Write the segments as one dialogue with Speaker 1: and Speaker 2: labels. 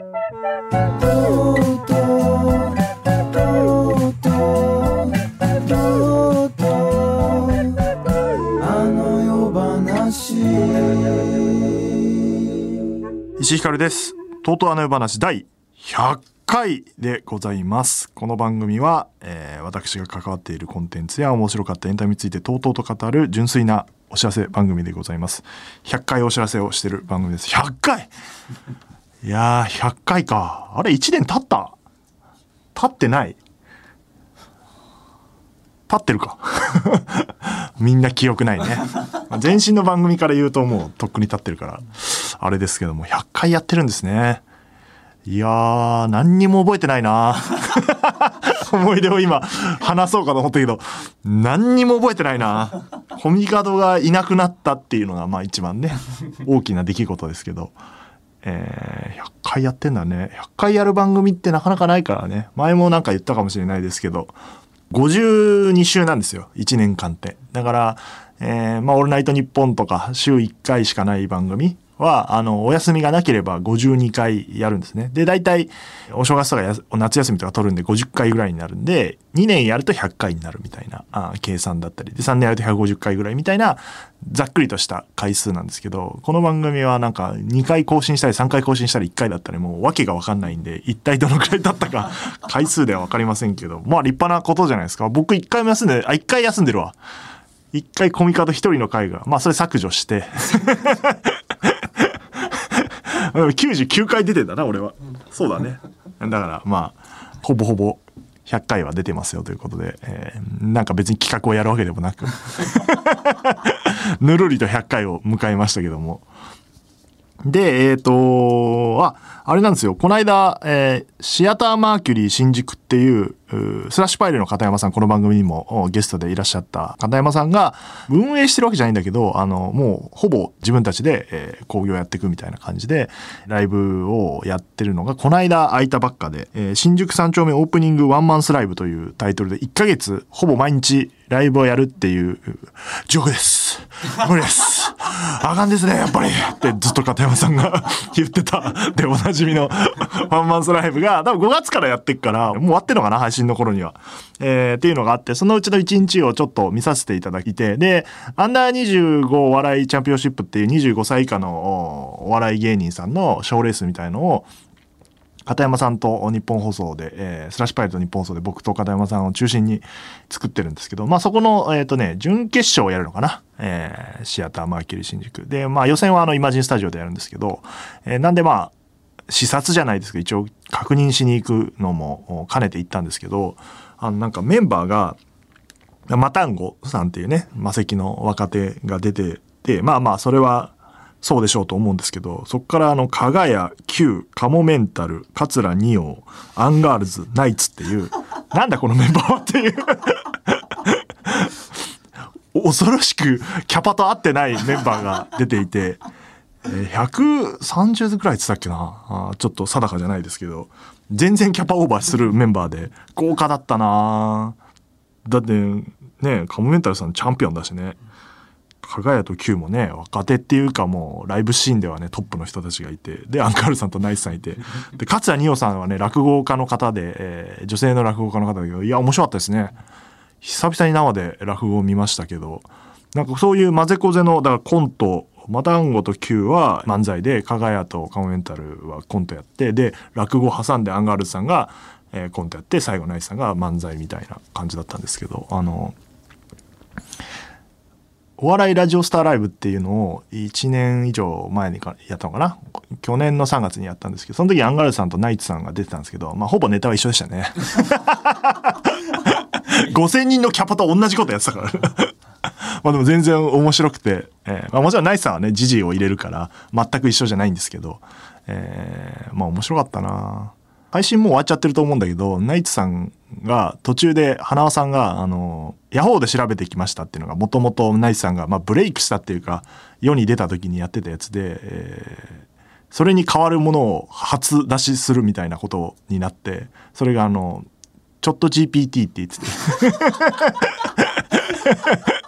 Speaker 1: 石井ひかるです。とうとうあの世話第100回でございます。この番組は、私が関わっているコンテンツや面白かったエンタメについてとうとうと語る純粋なお知らせ番組でございます。100回お知らせをしている番組です。100回いやー100回か。あれ1年経った経ってない経ってるかみんな記憶ないね。前身の番組から言うともうとっくに経ってるからあれですけども、100回やってるんですね。いやー何にも覚えてないな思い出を今話そうかと思ったけど何にも覚えてないな。コミカドがいなくなったっていうのがまあ一番ね大きな出来事ですけど、100回やってんだね。100回やる番組ってなかなかないからね。前もなんか言ったかもしれないですけど52週なんですよ1年間って。だから、オールナイトニッポンとか週1回しかない番組はお休みがなければ52回やるんですね。で大体お正月とか夏休みとか取るんで50回ぐらいになるんで2年やると100回になるみたいな計算だったりで、3年やると150回ぐらいみたいなざっくりとした回数なんですけど、この番組はなんか2回更新したり3回更新したり1回だったりもう訳が分かんないんで一体どのくらいだったか回数では分かりませんけど、まあ立派なことじゃないですか。僕1回も休んで1回休んでるわ。1回コミカド1人の回がそれ削除して99回出てんだな俺は。そうだね。だからほぼほぼ100回は出てますよということで、なんか別に企画をやるわけでもなくぬるりと100回を迎えましたけども、であれなんですよ。この間、シアターマーキュリー新宿っていうスラッシュパイルの片山さん、この番組にもゲストでいらっしゃった片山さんが運営してるわけじゃないんだけど、もうほぼ自分たちで、興行やっていくみたいな感じでライブをやってるのがこの間開いたばっかで、新宿3丁目オープニングワンマンスライブというタイトルで1ヶ月ほぼ毎日ライブをやるっていう地獄です。無理です。あかんですねやっぱりってずっと片山さんが言ってたでおなじみのワンマンスライブが多分5月からやってっからもう終わってんのかな配信の頃には、っていうのがあって、そのうちの1日をちょっと見させていただいて、でアンダー25お笑いチャンピオンシップっていう25歳以下のお笑い芸人さんの賞レースみたいのを片山さんと日本放送で、スラッシュパイルと日本放送で僕と片山さんを中心に作ってるんですけど、そこの準決勝をやるのかな、シアターマーキュリー新宿で、予選はイマジンスタジオでやるんですけど、なんで視察じゃないですけど一応確認しに行くのも兼ねて行ったんですけど、なんかメンバーがマタンゴさんっていうねマセキの若手が出てて、それはそうでしょうと思うんですけど、そこから加賀谷 Q カモメンタル桂二葉アンガールズナイツっていうなんだこのメンバーはっていう恐ろしくキャパと合ってないメンバーが出ていて、130くらいって言ったっけな、ちょっと定かじゃないですけど全然キャパオーバーするメンバーで豪華だったな。だってねカモメンタルさんチャンピオンだしね、加賀谷と Q もね若手っていうかもうライブシーンではねトップの人たちがいて、でアンカールさんとナイスさんいて、で桂二葉さんはね落語家の方で、女性の落語家の方だけど、いや面白かったですね。久々に生で落語を見ましたけど、なんかそういう混ぜこぜのだからコント、マタンゴと Q は漫才で加賀谷とカモメンタルはコントやって、で落語を挟んでアンガールズさんが、コントやって、最後ナイスさんが漫才みたいな感じだったんですけど、お笑いラジオスターライブっていうのを1年以上前にやったのかな。去年の3月にやったんですけど、その時アンガールズさんとナイツさんが出てたんですけど、ほぼネタは一緒でしたね5000人のキャパと同じことやってたからでも全然面白くて、もちろんナイツさんはねジジイを入れるから全く一緒じゃないんですけど、面白かったな。配信もう終わっちゃってると思うんだけど、ナイツさんが途中で花輪さんがヤホーで調べてきましたっていうのがもともとナイツさんがブレイクしたっていうか世に出た時にやってたやつで、それに代わるものを初出しするみたいなことになって、それがちょっと GPT って言ってて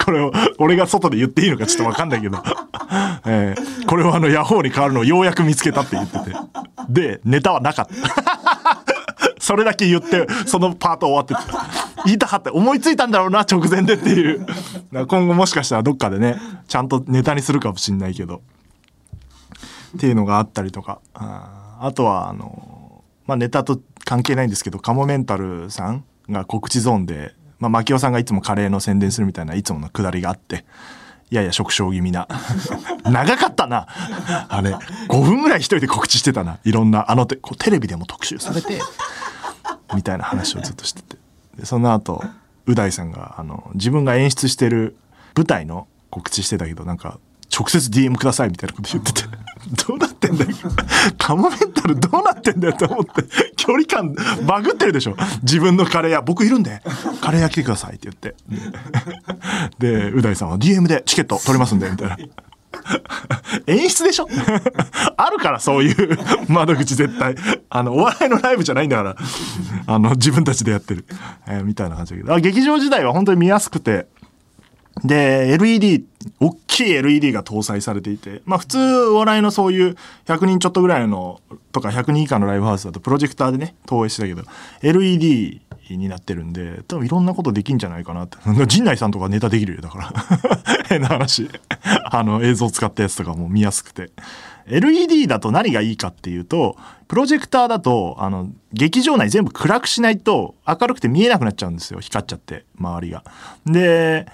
Speaker 1: これを俺が外で言っていいのかちょっと分かんないけど、これはヤホーに変わるのをようやく見つけたって言ってて、でネタはなかったそれだけ言ってそのパート終わってて、言いたかった思いついたんだろうな直前でっていう。今後もしかしたらどっかでねちゃんとネタにするかもしんないけどっていうのがあったりとか、あとはネタと関係ないんですけど、カモメンタルさんが告知ゾーンで、牧雄さんがいつもカレーの宣伝するみたいないつものくだりがあって、いやいや食傷気味な長かったなあれ5分ぐらい一人で告知してたな。いろんなテレビでも特集されてみたいな話をずっとしてて、でその後う大さんが自分が演出してる舞台の告知してたけど、なんか直接 DM くださいみたいなこと言っててどうなってんだよカモメンタルどうなってんだよと思って、距離感バグってるでしょ。自分のカレー屋僕いるんでカレー屋来てくださいって言ってでう大さんは DM でチケット取れますんでみたいな演出でしょあるからそういう窓口絶対お笑いのライブじゃないんだから自分たちでやってる、みたいな感じだけど、劇場時代は本当に見やすくて、で LED 大きい LED が搭載されていて、普通お笑いのそういう100人ちょっとぐらいのとか100人以下のライブハウスだとプロジェクターでね投影してたけど LED になってるんで、多分いろんなことできんじゃないかなって。陣内さんとかネタできるよだから変な話映像使ったやつとかも見やすくて、 LED だと何がいいかっていうと、プロジェクターだと劇場内全部暗くしないと明るくて見えなくなっちゃうんですよ、光っちゃって周りが。で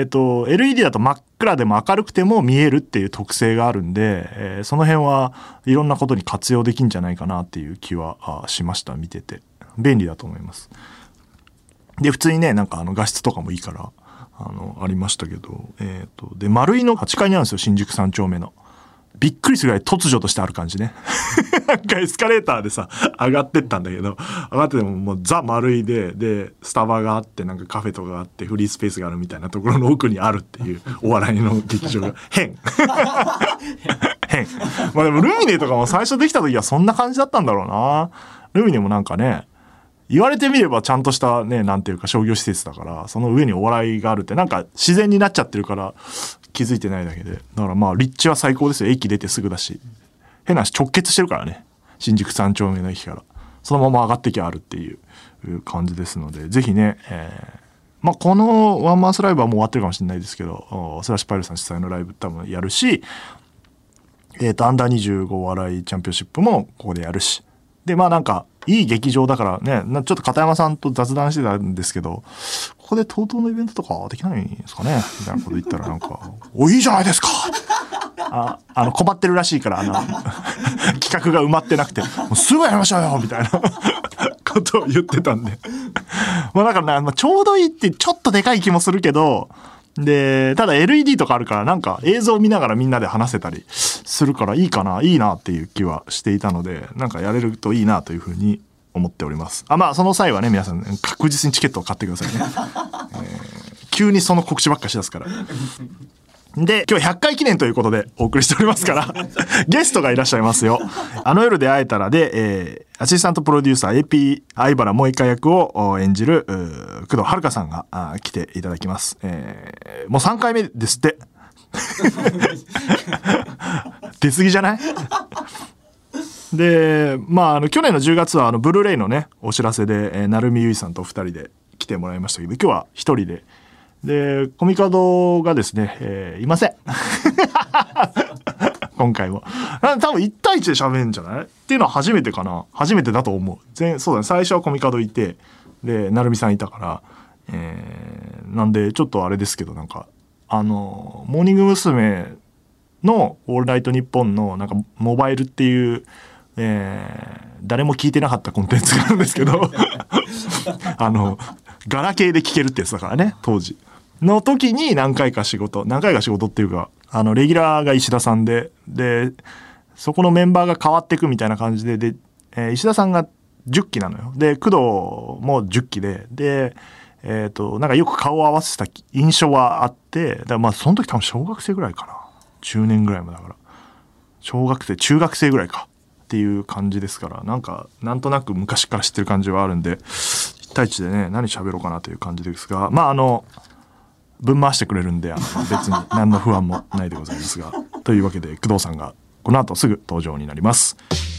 Speaker 1: LED だと真っ暗でも明るくても見えるっていう特性があるんで、その辺はいろんなことに活用できんじゃないかなっていう気はしました。見てて便利だと思います。で普通にねなんか画質とかもいいからありましたけど、で丸井の8階にあるんですよ、新宿3丁目の。びっくりするぐらい突如としてある感じねなんかエスカレーターでさ上がってったんだけど、上がっててももうザ丸いでスタバがあって、なんかカフェとかがあってフリースペースがあるみたいなところの奥にあるっていうお笑いの劇場が変変。でもルミネとかも最初できた時はそんな感じだったんだろうな。ルミネもなんかね言われてみればちゃんとしたねなんていうか商業施設だから、その上にお笑いがあるってなんか自然になっちゃってるから気づいてないだけで、だから立地は最高ですよ。駅出てすぐだし、変な話直結してるからね、新宿3丁目の駅からそのまま上がってきゃあるっていう感じですので、ぜひね、このワンマンスライブはもう終わってるかもしれないですけど、スラッシュパイルさん主催のライブ多分やるし、アンダー25お笑いチャンピオンシップもここでやるし、でなんかいい劇場だからね、ちょっと片山さんと雑談してたんですけど、ここで TOTO のイベントとかできないんですかねみたいなこと言ったら、なんかおいいじゃないですか困ってるらしいから企画が埋まってなくて、もうすぐやりましょうよみたいなことを言ってたんでだからね、ちょうどいいってちょっとでかい気もするけど、でただ LED とかあるからなんか映像を見ながらみんなで話せたりするからいいなっていう気はしていたので、なんかやれるといいなというふうに思っております。その際はね皆さん、確実にチケットを買ってくださいね、急にその告知ばっかしだすからで今日100回記念ということでお送りしておりますからゲストがいらっしゃいますよ。夜で会えたらで、アシスタントプロデューサー AP 相原萌歌役を演じる工藤遥さんが来ていただきます。もう3回目ですって出過ぎじゃないで去年の10月はブルーレイのねお知らせで、成海優衣さんと2人で来てもらいましたけど、今日は1人でコミカドがですね、いません今回も多分1対1で喋るんじゃないっていうのは初めてかな。初めてだと思う。そうだね、最初はコミカドいて、で成美さんいたから、なんでちょっとあれですけど、なんかモーニング娘。のオールナイトニッポンのなんかモバイルっていう、誰も聞いてなかったコンテンツがあるんですけどガラケーで聞けるってやつだからね、当時の時に何回か仕事っていうかレギュラーが石田さんでそこのメンバーが変わっていくみたいな感じで、石田さんが10期なのよ。で工藤も10期でなんかよく顔を合わせた印象はあって、だからその時多分小学生ぐらいかな、10年ぐらいもだから小学生中学生ぐらいかっていう感じですから、なんとなく昔から知ってる感じはあるんで、1対1でね何喋ろうかなという感じですが、 ぶん回してくれるんで別に何の不安もないでございますがというわけで工藤さんがこの後すぐ登場になります。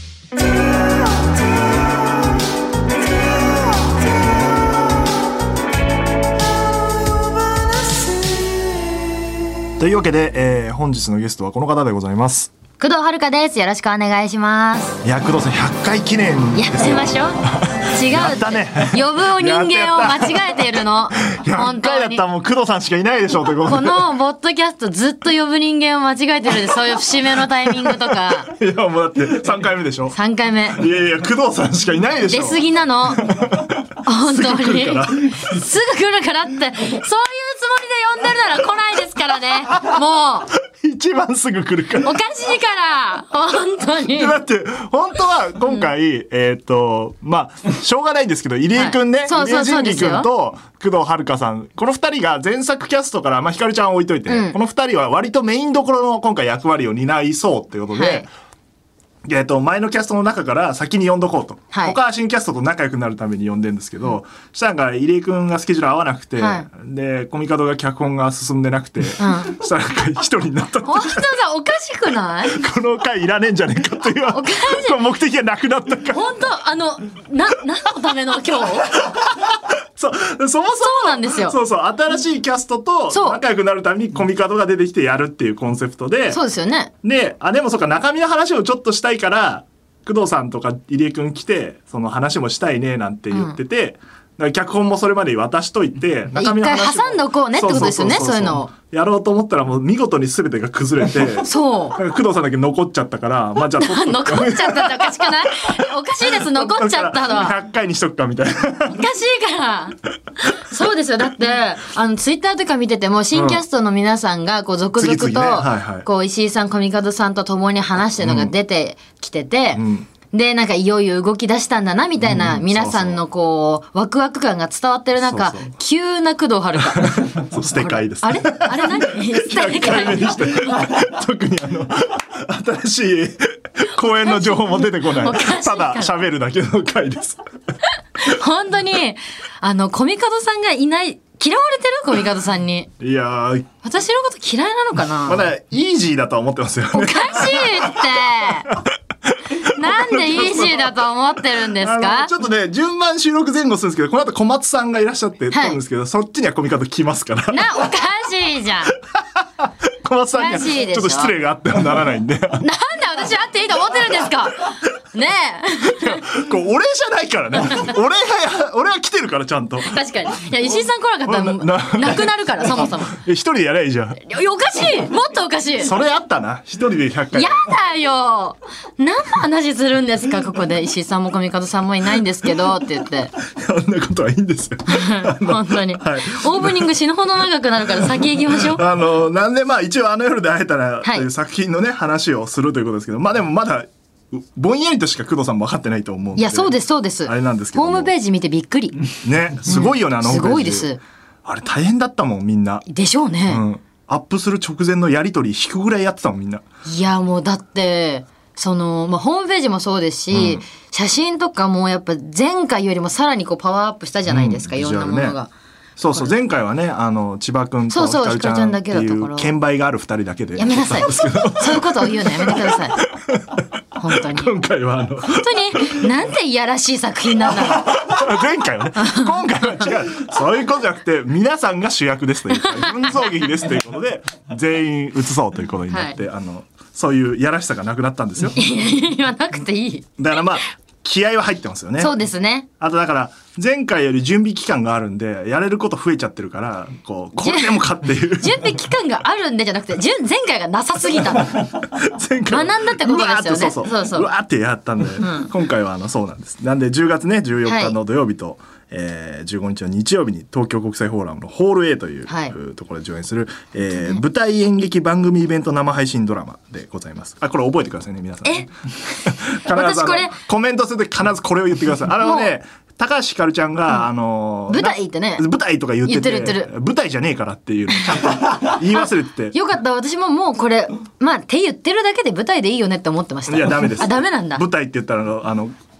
Speaker 1: というわけで、本日のゲストはこの方でございます。
Speaker 2: 工藤遥です。よろしくお願いします。
Speaker 1: いや工藤さん100回記念
Speaker 2: やってましょう。違うって、ね、呼ぶ人間を間違えているの。
Speaker 1: 100回だったらもう工藤さんしかいないでしょうということで、
Speaker 2: このポッドキャストずっと呼ぶ人間を間違えてるで、そういう節目のタイミングとか。
Speaker 1: いやもうだって3回目でしょ。
Speaker 2: 3回目。
Speaker 1: いやいや工藤さんしかいないでしょ。
Speaker 2: 出過ぎなの。本当にすぐ来るからって、そういうつもりで呼んでるなら来ないですからね。も
Speaker 1: う一番すぐ来るから
Speaker 2: おかしいから本当に。
Speaker 1: だって本当は今回、まあしょうがないんですけど入江くんね、
Speaker 2: はい、
Speaker 1: 入江純喜くんと工藤遥さん、この2人が前作キャストから、まあ、ひかるちゃんを置いといて、この2人は割とメインどころの今回役割を担いそうっていうことで、はい、前のキャストの中から先に呼んどこうと、はい、他は新キャストと仲良くなるために呼んでんですけど、したら入江くんがスケジュール合わなくて、はい、でコミカドが脚本が進んでなくて、したら一人になったって。
Speaker 2: 本当さおかしくない？
Speaker 1: この回いらねえんじゃねえかという
Speaker 2: おかしい
Speaker 1: 目的がなくなったから。
Speaker 2: 本当何のための今日
Speaker 1: そもそも
Speaker 2: そうなんですよ。
Speaker 1: そう新しいキャストと仲良くなるためにコミカドが出てきてやるっていうコンセプトで。
Speaker 2: そうですよね。
Speaker 1: でもそうか、中身の話をちょっとしたいから工藤さんとか入江くん来てその話もしたいねなんて言ってて、だから脚本もそれまで渡しといて
Speaker 2: 中身の話も一回挟んどこうねってことですよね。そういうのを
Speaker 1: やろうと思ったらもう見事に全てが崩れて
Speaker 2: そう
Speaker 1: 工藤さんだけ残っちゃったから、まあじゃあ
Speaker 2: 残っちゃったっておかしくない？おかしいです。残っちゃったの
Speaker 1: 100回にしとくかみたいな。おかし
Speaker 2: いからそうですよ。だってツイッターとか見てても新キャストの皆さんがこう続々と、ねはいはい、こう石井さん、コミカドさんと共に話してるのが出てきてて、でなんかいよいよ動き出したんだなみたいな、皆さんのこうワクワク感が伝わってる中、急な工藤遥
Speaker 1: そう捨て替えです。
Speaker 2: あれ何捨て替え
Speaker 1: 特に新しい公演の情報も出てこないただ喋るだけの回です
Speaker 2: 本当にコミカドさんがいない、嫌われてるコミカドさんに。
Speaker 1: いや
Speaker 2: 私のこと嫌いなのかな。
Speaker 1: まだイージーだとは思ってますよね。
Speaker 2: おかしいってなんでイージーだと思ってるんですか？
Speaker 1: ちょっとね順番収録前後するんですけど、この後小松さんがいらっしゃってたんですけど、はい、そっちにはコミカド来ますから
Speaker 2: おかしいじゃん
Speaker 1: 小松さんにはちょっと失礼があってはならないんで
Speaker 2: なんで私会っていいと思ってるんですかね
Speaker 1: えこう俺じゃないからね俺は来てるからちゃんと。
Speaker 2: 確かに。いや石井さん来なかったらなくなるからそもそも
Speaker 1: 一人でやればいいじゃん。
Speaker 2: おかしい、もっとおかしい。
Speaker 1: それあったな、一人で100回。
Speaker 2: やだよ、何の話するんですかここで。石井さんもコミカドさんもいないんですけどって言って。
Speaker 1: そんなことはいいんですよ
Speaker 2: 本当に、はい、オープニング死ぬほど長くなるから先行きましょう
Speaker 1: なんでまあ一応夜で会えたらという作品のね、話をするということですけど、まあでもまだぼんやりとしか工藤さんも分かってないと思うんで。
Speaker 2: いやそうですそうです。
Speaker 1: あれなんですけど、
Speaker 2: ホームページ見てびっくり
Speaker 1: ね、すごいよね、ホームページ。
Speaker 2: すごいです。
Speaker 1: あれ大変だったもんみんな。
Speaker 2: でしょうね、
Speaker 1: アップする直前のやり取り引くぐらいやってたもんみんな。
Speaker 2: いやもうだってホームページもそうですし、写真とかもやっぱ前回よりもさらにこうパワーアップしたじゃないですか、いろんなものが。
Speaker 1: そう前回はね千葉君とひかるちゃんっていう券売がある2人だけで
Speaker 2: やめなさいそういうことを言うのやめてください本当に。
Speaker 1: 今回は
Speaker 2: 本当になんていやらしい作品なんだろう
Speaker 1: 前回はね今回は違う、そういうことじゃなくて皆さんが主役ですという群像劇ですということで全員映そうということになって、そういうやらしさがなくなったんですよ。
Speaker 2: 言わなくていい。
Speaker 1: だからまあ気合は入ってますよね。
Speaker 2: そうですね。
Speaker 1: あとだから前回より準備期間があるんでやれること増えちゃってるから、これでもかっていう
Speaker 2: 準備期間があるんでじゃなくて前回がなさすぎたの前回学んだってことですよね。そう
Speaker 1: うわーってやったんで、今回はそうなんです。なんで10月ね14日の土曜日と、15日の日曜日に東京国際フォーラムのホール A という、ところで上演する、舞台演劇番組イベント生配信ドラマでございます。これ覚えてくださいね皆さんね。私これコメントするとき必ずこれを言ってください。ね高橋ひかるちゃんが、
Speaker 2: 舞台ってね、
Speaker 1: 舞台とか言ってて舞台じゃねえからっていうのちゃんと言い忘れてて
Speaker 2: よかった。私ももうこれって言ってるだけで舞台でいいよねって思ってました。
Speaker 1: いやダメです。
Speaker 2: ダメなんだ。
Speaker 1: 舞台って言ったら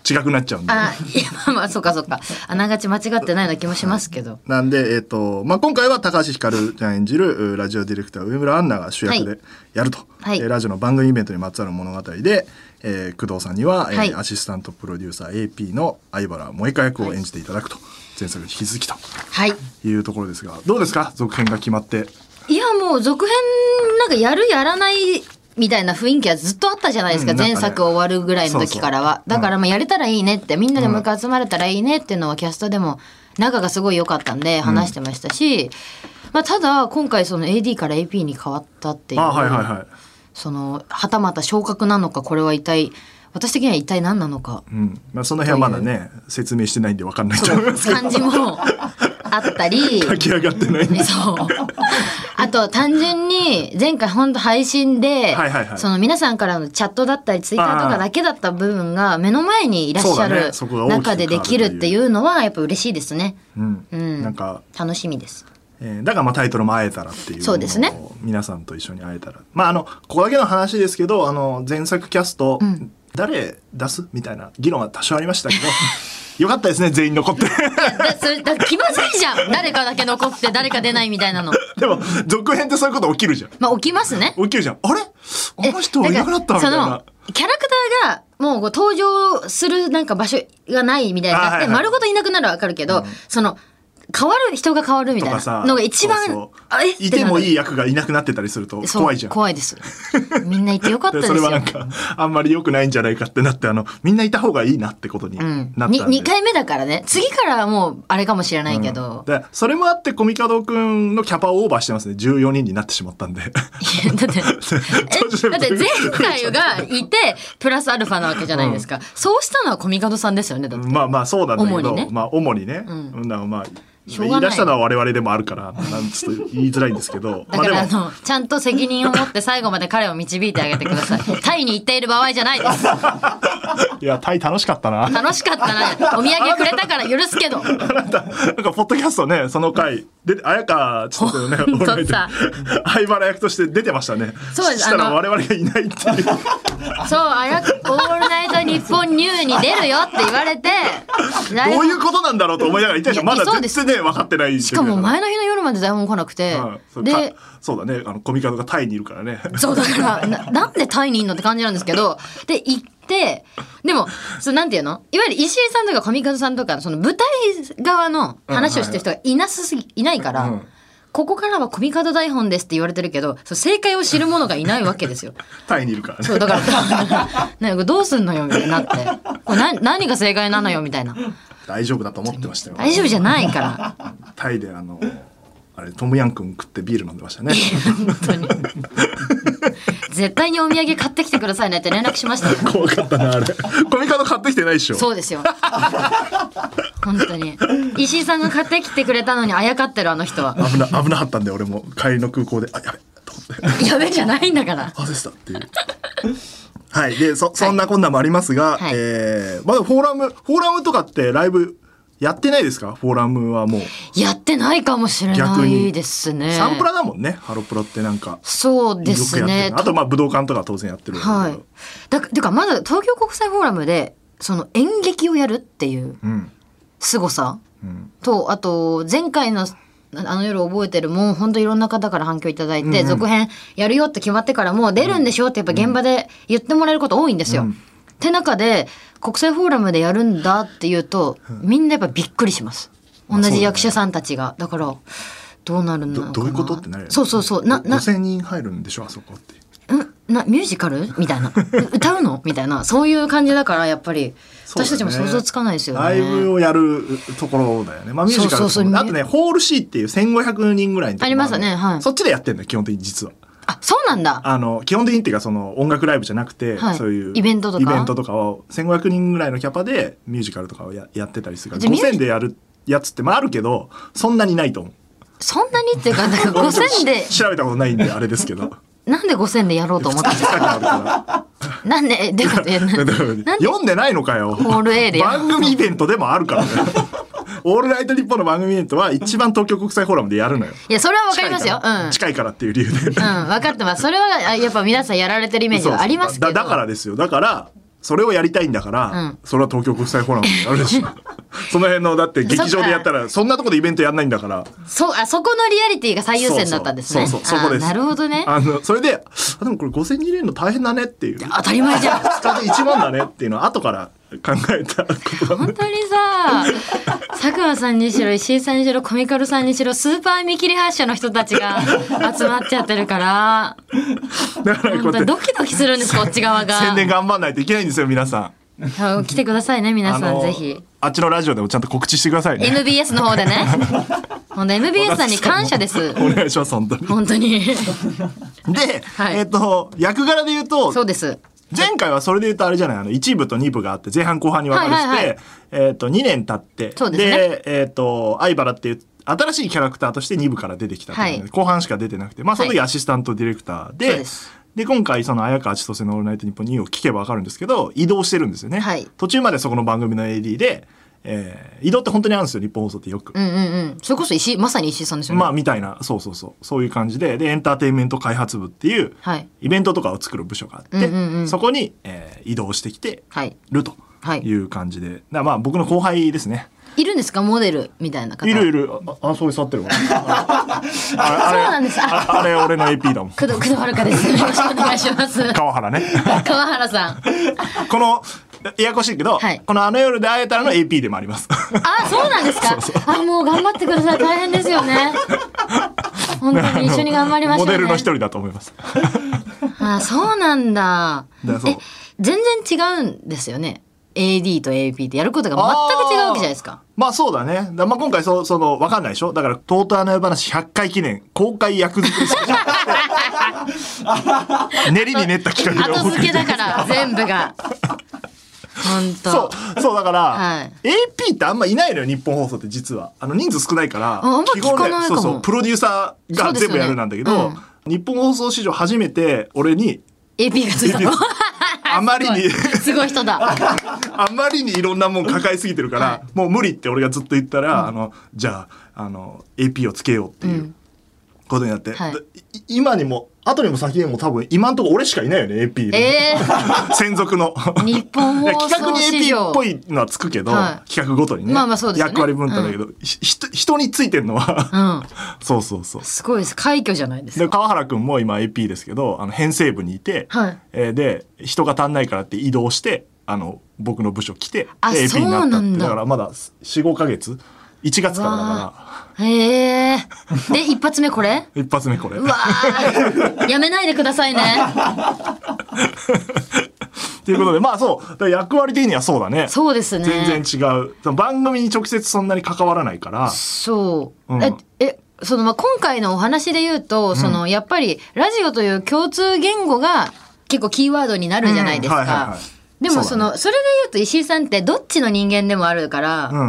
Speaker 1: 違くなっちゃうんで。
Speaker 2: いやまあそうかあながち間違ってないような気もしますけど、
Speaker 1: なんでまあ今回は高橋ひかるちゃん演じるラジオディレクター上村アンナが主役でやると、ラジオの番組イベントにまつわる物語で、工藤さんには、アシスタントプロデューサー AP の相原萌香役を演じていただくと、前作に引き続きというところですが、どうですか続編が決まって。
Speaker 2: いやもう続編なんかやるやらないみたいな雰囲気はずっとあったじゃないですか、前作終わるぐらいの時からは。だからまあやれたらいいねって、みんなでもう一回集まれたらいいねっていうのはキャストでも仲がすごい良かったんで話してましたし、まあ、ただ今回その AD から AP に変わったっていう、そのはたまた昇格なのか、これは一体私的には一体何なのか、
Speaker 1: まあ、その辺はまだね説明してないんで分かんないと思いますけど、
Speaker 2: 感じもあったり
Speaker 1: 書き上がってないんで
Speaker 2: そうあと単純に前回本当配信で、その皆さんからのチャットだったりツイッターとかだけだった部分が目の前にいらっしゃる中でできるっていうのはやっぱ嬉しいですね。なんか楽しみです。
Speaker 1: だからまあタイトルも会えたらっていうのを皆さんと一緒に会えたら、まあここだけの話ですけど前作キャスト、誰出すみたいな議論は多少ありましたけどよかったですね全員残って
Speaker 2: それだ気まずいじゃん、誰かだけ残って誰か出ないみたいなの
Speaker 1: でも続編ってそういうこと起きるじゃん。
Speaker 2: まあ起きますね。
Speaker 1: 起きるじゃん。あれあの人いなくなったみたいな。
Speaker 2: キャラクターがもう登場するなんか場所がないみたいになって丸ごといなくなるはわかるけど、その変わる人が変わるみたいなのが一番
Speaker 1: いてもいい役がいなくなってたりすると怖いじゃん。
Speaker 2: 怖いですみんないてよかったですよ。
Speaker 1: それはなんかあんまり良くないんじゃないかってなってみんないた方がいいなってことになったんで、
Speaker 2: 2回目だからね、次からはもうあれかもしれないけど、
Speaker 1: でそれもあってコミカドくんのキャパをオーバーしてますね。14人になってしまったんでだって
Speaker 2: 前回がいてプラスアルファなわけじゃないですか、そうしたのはコミカドさんですよね。だって
Speaker 1: まあそうなんだけど、
Speaker 2: 主にね、
Speaker 1: 主にね、まあ言い出したのは我々でもあるからちょっと言いづらいんですけど
Speaker 2: だからちゃんと責任を持って最後まで彼を導いてあげてくださいタイに行っている場合じゃないです
Speaker 1: いやタイ楽しかったな。
Speaker 2: 楽しかったな。お土産くれたから許すけどなんか
Speaker 1: ポッドキャストね、その回で綾香ちょっとね相原役として出てましたね。
Speaker 2: そうです。
Speaker 1: したら我々がいないっていうそう
Speaker 2: オールナイトニッポンニューに出るよって言われて
Speaker 1: どういうことなんだろうと思いながら言ってまだ全然ね分かってない。
Speaker 2: しかも前の日の夜まで台本来なくて、
Speaker 1: でそうだね、コミカドがタイにいるからね
Speaker 2: そうだからなんでタイにいんのって感じなんですけど、で行ってでもなんていうの、いわゆる石井さんとかコミカドさんとかその舞台側の話をしてる人がいないから、ここからはコミカド台本ですって言われてるけど、正解を知る者がいないわけですよ
Speaker 1: タイにいるからね。
Speaker 2: そうだからどうすんのよみたいになって、これ何が正解なのよみたいな。
Speaker 1: 大丈夫だと思ってましたよ。
Speaker 2: 大丈夫じゃないから
Speaker 1: タイであれトムヤン君食ってビール飲んでましたね
Speaker 2: 本当に絶対にお土産買ってきてくださいねって連絡しましたよ
Speaker 1: 怖かったなあれコミカド買ってきてないでしょ。
Speaker 2: そうですよ本当に石井さんが買ってきてくれたのにあやかってるあの人は
Speaker 1: 危なかったんで、俺も帰りの空港でやべと思って
Speaker 2: やべじゃないんだから
Speaker 1: でしたっていうはいでそんなこんなもありますが、まだフォーラムとかってライブやってないですか？フォーラムはもう
Speaker 2: やってないかもしれないですね。
Speaker 1: サンプラだもんね、ハロプロってなんか。
Speaker 2: そうですね。
Speaker 1: あとまあ武道館とか当然やってる。
Speaker 2: てかまず東京国際フォーラムでその演劇をやるっていう凄さと、あと前回の夜覚えてる、もう本当いろんな方から反響いただいて、続編やるよって決まってからもう出るんでしょってやっぱ現場で言ってもらえること多いんですよ。って中で国際フォーラムでやるんだっていうと、みんなやっぱびっくりします。同じ役者さんたちが。だからどうなるのかな。
Speaker 1: どういうことってなるよね。
Speaker 2: そう
Speaker 1: 5000人入るんでしょあそこって。
Speaker 2: ミュージカルみたいな歌うのみたいな、そういう感じだからやっぱり私たちも想像つかないですよね。
Speaker 1: ライブをやるところだよね。まあミュージカルもあとね、ホール C っていう1500人ぐらいのところ
Speaker 2: ありますね。はい。
Speaker 1: そっちでやってんだよ基本的に実は。
Speaker 2: あ、そうなんだ。
Speaker 1: 基本的にっていうかその音楽ライブじゃなくて、そういう
Speaker 2: イベントとか
Speaker 1: を1500人ぐらいのキャパでミュージカルとかをやってたりするから、5000でやるやつってまああるけどそんなにないと思う。
Speaker 2: そんなにっていうか5000で
Speaker 1: 調べたことないんであれですけど。
Speaker 2: なんで5000でやろうと思ったんですか？なんで
Speaker 1: 読んでないのかよ。
Speaker 2: ホール A で
Speaker 1: 番組イベントでもあるからね。オールナイトニッポンの番組イベントは一番東京国際フォーラムでやるのよ。
Speaker 2: いやそれはわかりますよ。
Speaker 1: 近いからっていう理由で。
Speaker 2: 分かってます。それはやっぱ皆さんやられてるイメージはありますけど。
Speaker 1: だからですよ。だからそれをやりたいんだから、それは東京国際フォーラムでやるでしょその辺のだって劇場でやったらそんなとこでイベントやんないんだから、
Speaker 2: そこのリアリティが最優先だったんですね。
Speaker 1: そうそこです。
Speaker 2: なるほどね。
Speaker 1: それででもこれ5000人入れるの大変だねっていう、
Speaker 2: 当たり前じゃん
Speaker 1: 2日で1万だねっていうのは後から考えたことだね。
Speaker 2: 本当にさ、佐久間さんにしろ石井さんにしろコミカルさんにしろスーパー見切り発車の人たちが集まっちゃってるから
Speaker 1: だからこうやって
Speaker 2: ドキドキするんです、こっち側が。
Speaker 1: 宣伝頑張んないといけないんですよ皆さん。
Speaker 2: 来てくださいね皆さん、ぜひ
Speaker 1: あっちのラジオでもちゃんと告知してくださいね。
Speaker 2: MBS の方でね本当 MBS さんに感謝です。
Speaker 1: お願いします本当に。
Speaker 2: 本当に
Speaker 1: で、
Speaker 2: はい、
Speaker 1: 役柄で言うと
Speaker 2: そうです。
Speaker 1: 前回はそれで言うとあれじゃない、1部と2部があって前半後半に分かれてて、
Speaker 2: はいはいはい、
Speaker 1: 2年経って
Speaker 2: そうですね。
Speaker 1: で、相原っていう新しいキャラクターとして2部から出てきた、はい、後半しか出てなくて、まあその時アシスタントディレクターで、はい、で今回その綾川千歳のオールナイトニッポン2を聞けば分かるんですけど移動してるんですよね、はい、途中までそこの番組の AD で、移動って本当にあるんですよ日本放送ってよく、
Speaker 2: それこそまさに石井さんですよね。
Speaker 1: まあみたいなそういう感じでエンターテインメント開発部っていう、はい、イベントとかを作る部署があって、そこに、移動してきてるという感じで、だからまあ僕の後輩ですね。
Speaker 2: いるんですかモデルみたいな方。い
Speaker 1: るそういう触ってるわ
Speaker 2: そうなんです。
Speaker 1: あれ俺の AP だもん。
Speaker 2: 工藤遥です。よろしくお願いします。
Speaker 1: 川原ね
Speaker 2: 川原さん
Speaker 1: このややこしいけど、はい、この夜で会えたらの AP でもあります。
Speaker 2: そうなんですか。そうもう頑張ってください。大変ですよね。本当に一緒に頑張りましょうね。
Speaker 1: モデルの一人だと思います。
Speaker 2: そうなんだ。全然違うんですよね。AD と AP ってやることが全く違うわけじゃないですか。まあ
Speaker 1: そうだね。まあ今回その分かんないでしょ。だからトーターの夜話100回記念公開役作り練りに練った企画で
Speaker 2: 後付けだから全部が本当
Speaker 1: そうだから、はい、AP ってあんまいないのよ日本放送って実は人数少ないから
Speaker 2: あんま聞かないかも。
Speaker 1: そうプロデューサーが全部やるなんだけど、日本放送史上初めて俺に
Speaker 2: AP がついたの
Speaker 1: あまりに
Speaker 2: すごい人だ
Speaker 1: あまりにいろんなもん抱えすぎてるから、はい、もう無理って俺がずっと言ったら、じゃあAP をつけようっていうことになって、はい、今にも後にも先にも多分今んとこ俺しかいないよね AP で、専属の
Speaker 2: 日本放送
Speaker 1: 企画に AP っぽいのはつくけど、はい、企画ごとにね、そうですよね、役割分担だけど、人についてるのは、そう
Speaker 2: すごいです。快挙じゃないですか。
Speaker 1: で川原くんも今 AP ですけど編成部にいて、はい、で人が足んないからって移動して僕の部署来て AP になったって。だからまだ 4,5 ヶ月1月からだから
Speaker 2: へえで一発目これ
Speaker 1: 一発目これう
Speaker 2: わやめないでくださいね
Speaker 1: ということでまあそう役割的にはそうだね。
Speaker 2: そうですね。
Speaker 1: 全然違う番組に直接そんなに関わらないから
Speaker 2: そう、今回のお話で言うと、やっぱりラジオという共通言語が結構キーワードになるじゃないですか。でもそれで言うと石井さんってどっちの人間でもあるから、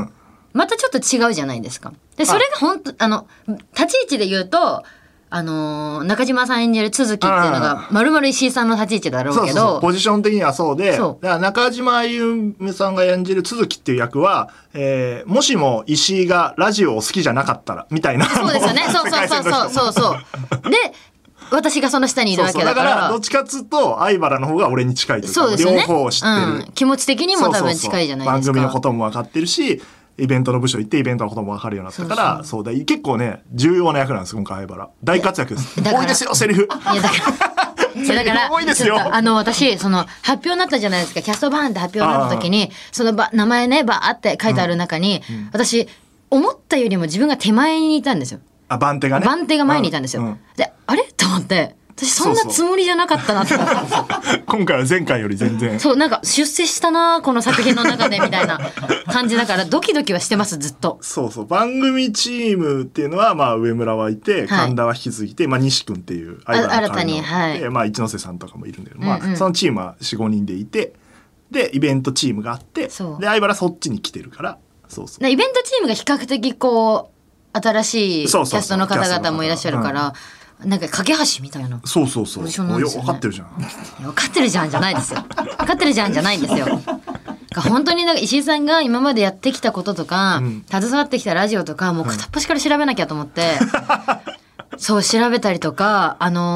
Speaker 2: またちょっと違うじゃないですか。でそれが本当立ち位置で言うと中島さん演じる都築っていうのがまるまる石井さんの立ち位置だろうけど、
Speaker 1: そうポジション的にはそうで、だから中島あゆみさんが演じる都築っていう役は、もしも石井がラジオを好きじゃなかったらみたいな。
Speaker 2: そうですよね。そうで私がその下にいるわけだから。
Speaker 1: だからどっちかっつうと相原の方が俺に近いというか、そうですよね、両方知ってる、
Speaker 2: 気持ち的にも多分近いじゃないですか。
Speaker 1: 番組のことも分かってるしイベントの部署行ってイベントのことも分かるようになったから、そうだ結構ね重要な役なんです今回相原大活躍です。多いですよセリフ。
Speaker 2: だから多いですよ。私発表になったじゃないですか。キャストバーンって発表になった時に名前ねバーって書いてある中に、私思ったよりも自分が手前にいたんですよ。
Speaker 1: 番手がね。
Speaker 2: 番手が前にいたんですよ。であれと思って私そんなつもりじゃなかったなって
Speaker 1: 今回は前回より全然
Speaker 2: なんか出世したなこの作品の中でみたいな感じだからドキドキはしてますずっと。
Speaker 1: 番組チームっていうのは上村はいて、神田は引き継ぎて、西君っていう
Speaker 2: 新たに、
Speaker 1: 一ノ瀬さんとかもいるんだけど、そのチームは 4,5 人でいてでイベントチームがあってで相原そっちに来てるから
Speaker 2: イベントチームが比較的新しいキャストの方々もいらっしゃるから、なんか架け橋みたいな。
Speaker 1: そう分かってるじゃん。
Speaker 2: 分かってるじゃんじゃないですよ。分かってるじゃんじゃないんですよ。本当に石井さんが今までやってきたこととか、携わってきたラジオとかもう片っ端から調べなきゃと思って、調べたりとか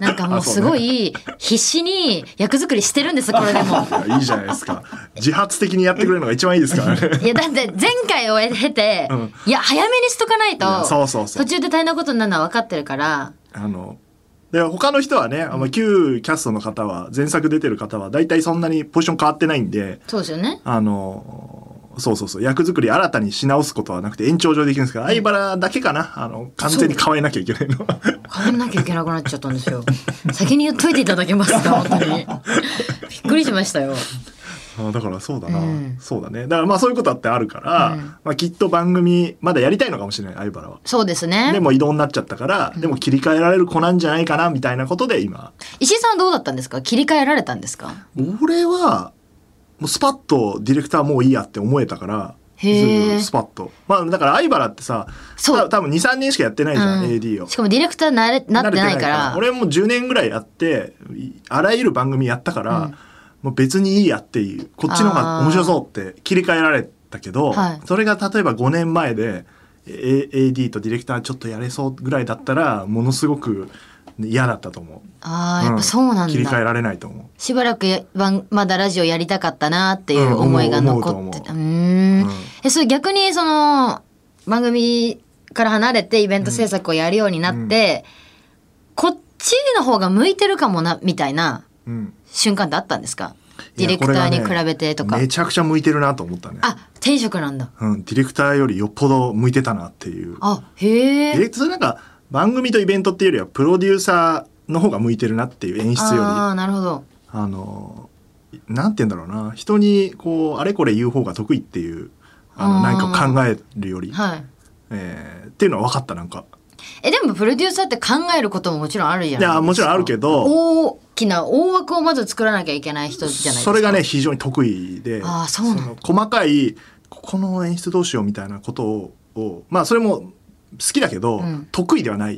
Speaker 2: なんかもうすごい必死に役作りしてるんですこれでも。
Speaker 1: いいじゃないですか。自発的にやってくれるのが一番いいですからね。
Speaker 2: いやだって前回を経て、いや早めにしとかないと途中で大変なことになるのは分かってるから。
Speaker 1: で他の人はね、旧キャストの方は前作出てる方は大体そんなにポジション変わってないんで、
Speaker 2: そうですよね。
Speaker 1: そう役作り新たにし直すことはなくて延長上できるんですけど、相原だけかな、完全に変えなきゃいけないのは
Speaker 2: 変えなきゃいけなくなっちゃったんですよ。先に言っといていただけますか本当に。びっくりしましたよ。
Speaker 1: だからそうだな、そうだね。だからまあそういうことだってあるから、まあきっと番組まだやりたいのかもしれない相原は。
Speaker 2: そうですね。
Speaker 1: でも異動になっちゃったから、でも切り替えられる子なんじゃないかなみたいなことで今。
Speaker 2: 石井さんはどうだったんですか？切り替えられたんですか？
Speaker 1: 俺はもうスパッとディレクターもういいやって思えたから。スパッと。まあだから相原ってさ、多分 2,3 年しかやってないじゃん、AD を。し
Speaker 2: かもディレクターなってないから。
Speaker 1: 俺も10年ぐらいやってあらゆる番組やったから、もう別にいいやっていう、こっちの方が面白そうって切り替えられたけど、それが例えば5年前で AD とディレクターちょっとやれそうぐらいだったらものすごく嫌だったと思う。
Speaker 2: やっぱそうなんだ。
Speaker 1: 切り替えられないと思う。
Speaker 2: しばらくまだラジオやりたかったなっていう思いが残ってた。それ逆にその番組から離れてイベント制作をやるようになって、こっちの方が向いてるかもなみたいな瞬間ってあったんですか？ディレクターに比べてとか。
Speaker 1: めちゃくちゃ向いてるなと思ったね。
Speaker 2: 転職なんだ。
Speaker 1: ディレクターよりよっぽど向いてたなっていう。
Speaker 2: へえ。
Speaker 1: ディレクターなんか番組とイベントっていうよりはプロデューサーの方が向いてるなっていう、演出より。
Speaker 2: なるほど。
Speaker 1: なんて言うんだろうな、人にこうあれこれ言う方が得意っていう何かを考えるより、っていうのは分かった。なんか
Speaker 2: でもプロデューサーって考えることももちろんあるじゃないですか。
Speaker 1: いやもちろんあるけど、
Speaker 2: 大きな大枠をまず作らなきゃいけない人じゃないですか。
Speaker 1: それがね非常に得意で、
Speaker 2: そうなんだ。
Speaker 1: 細かいこの演出どうしようみたいなことをまあそれも好きだけど、得意ではない。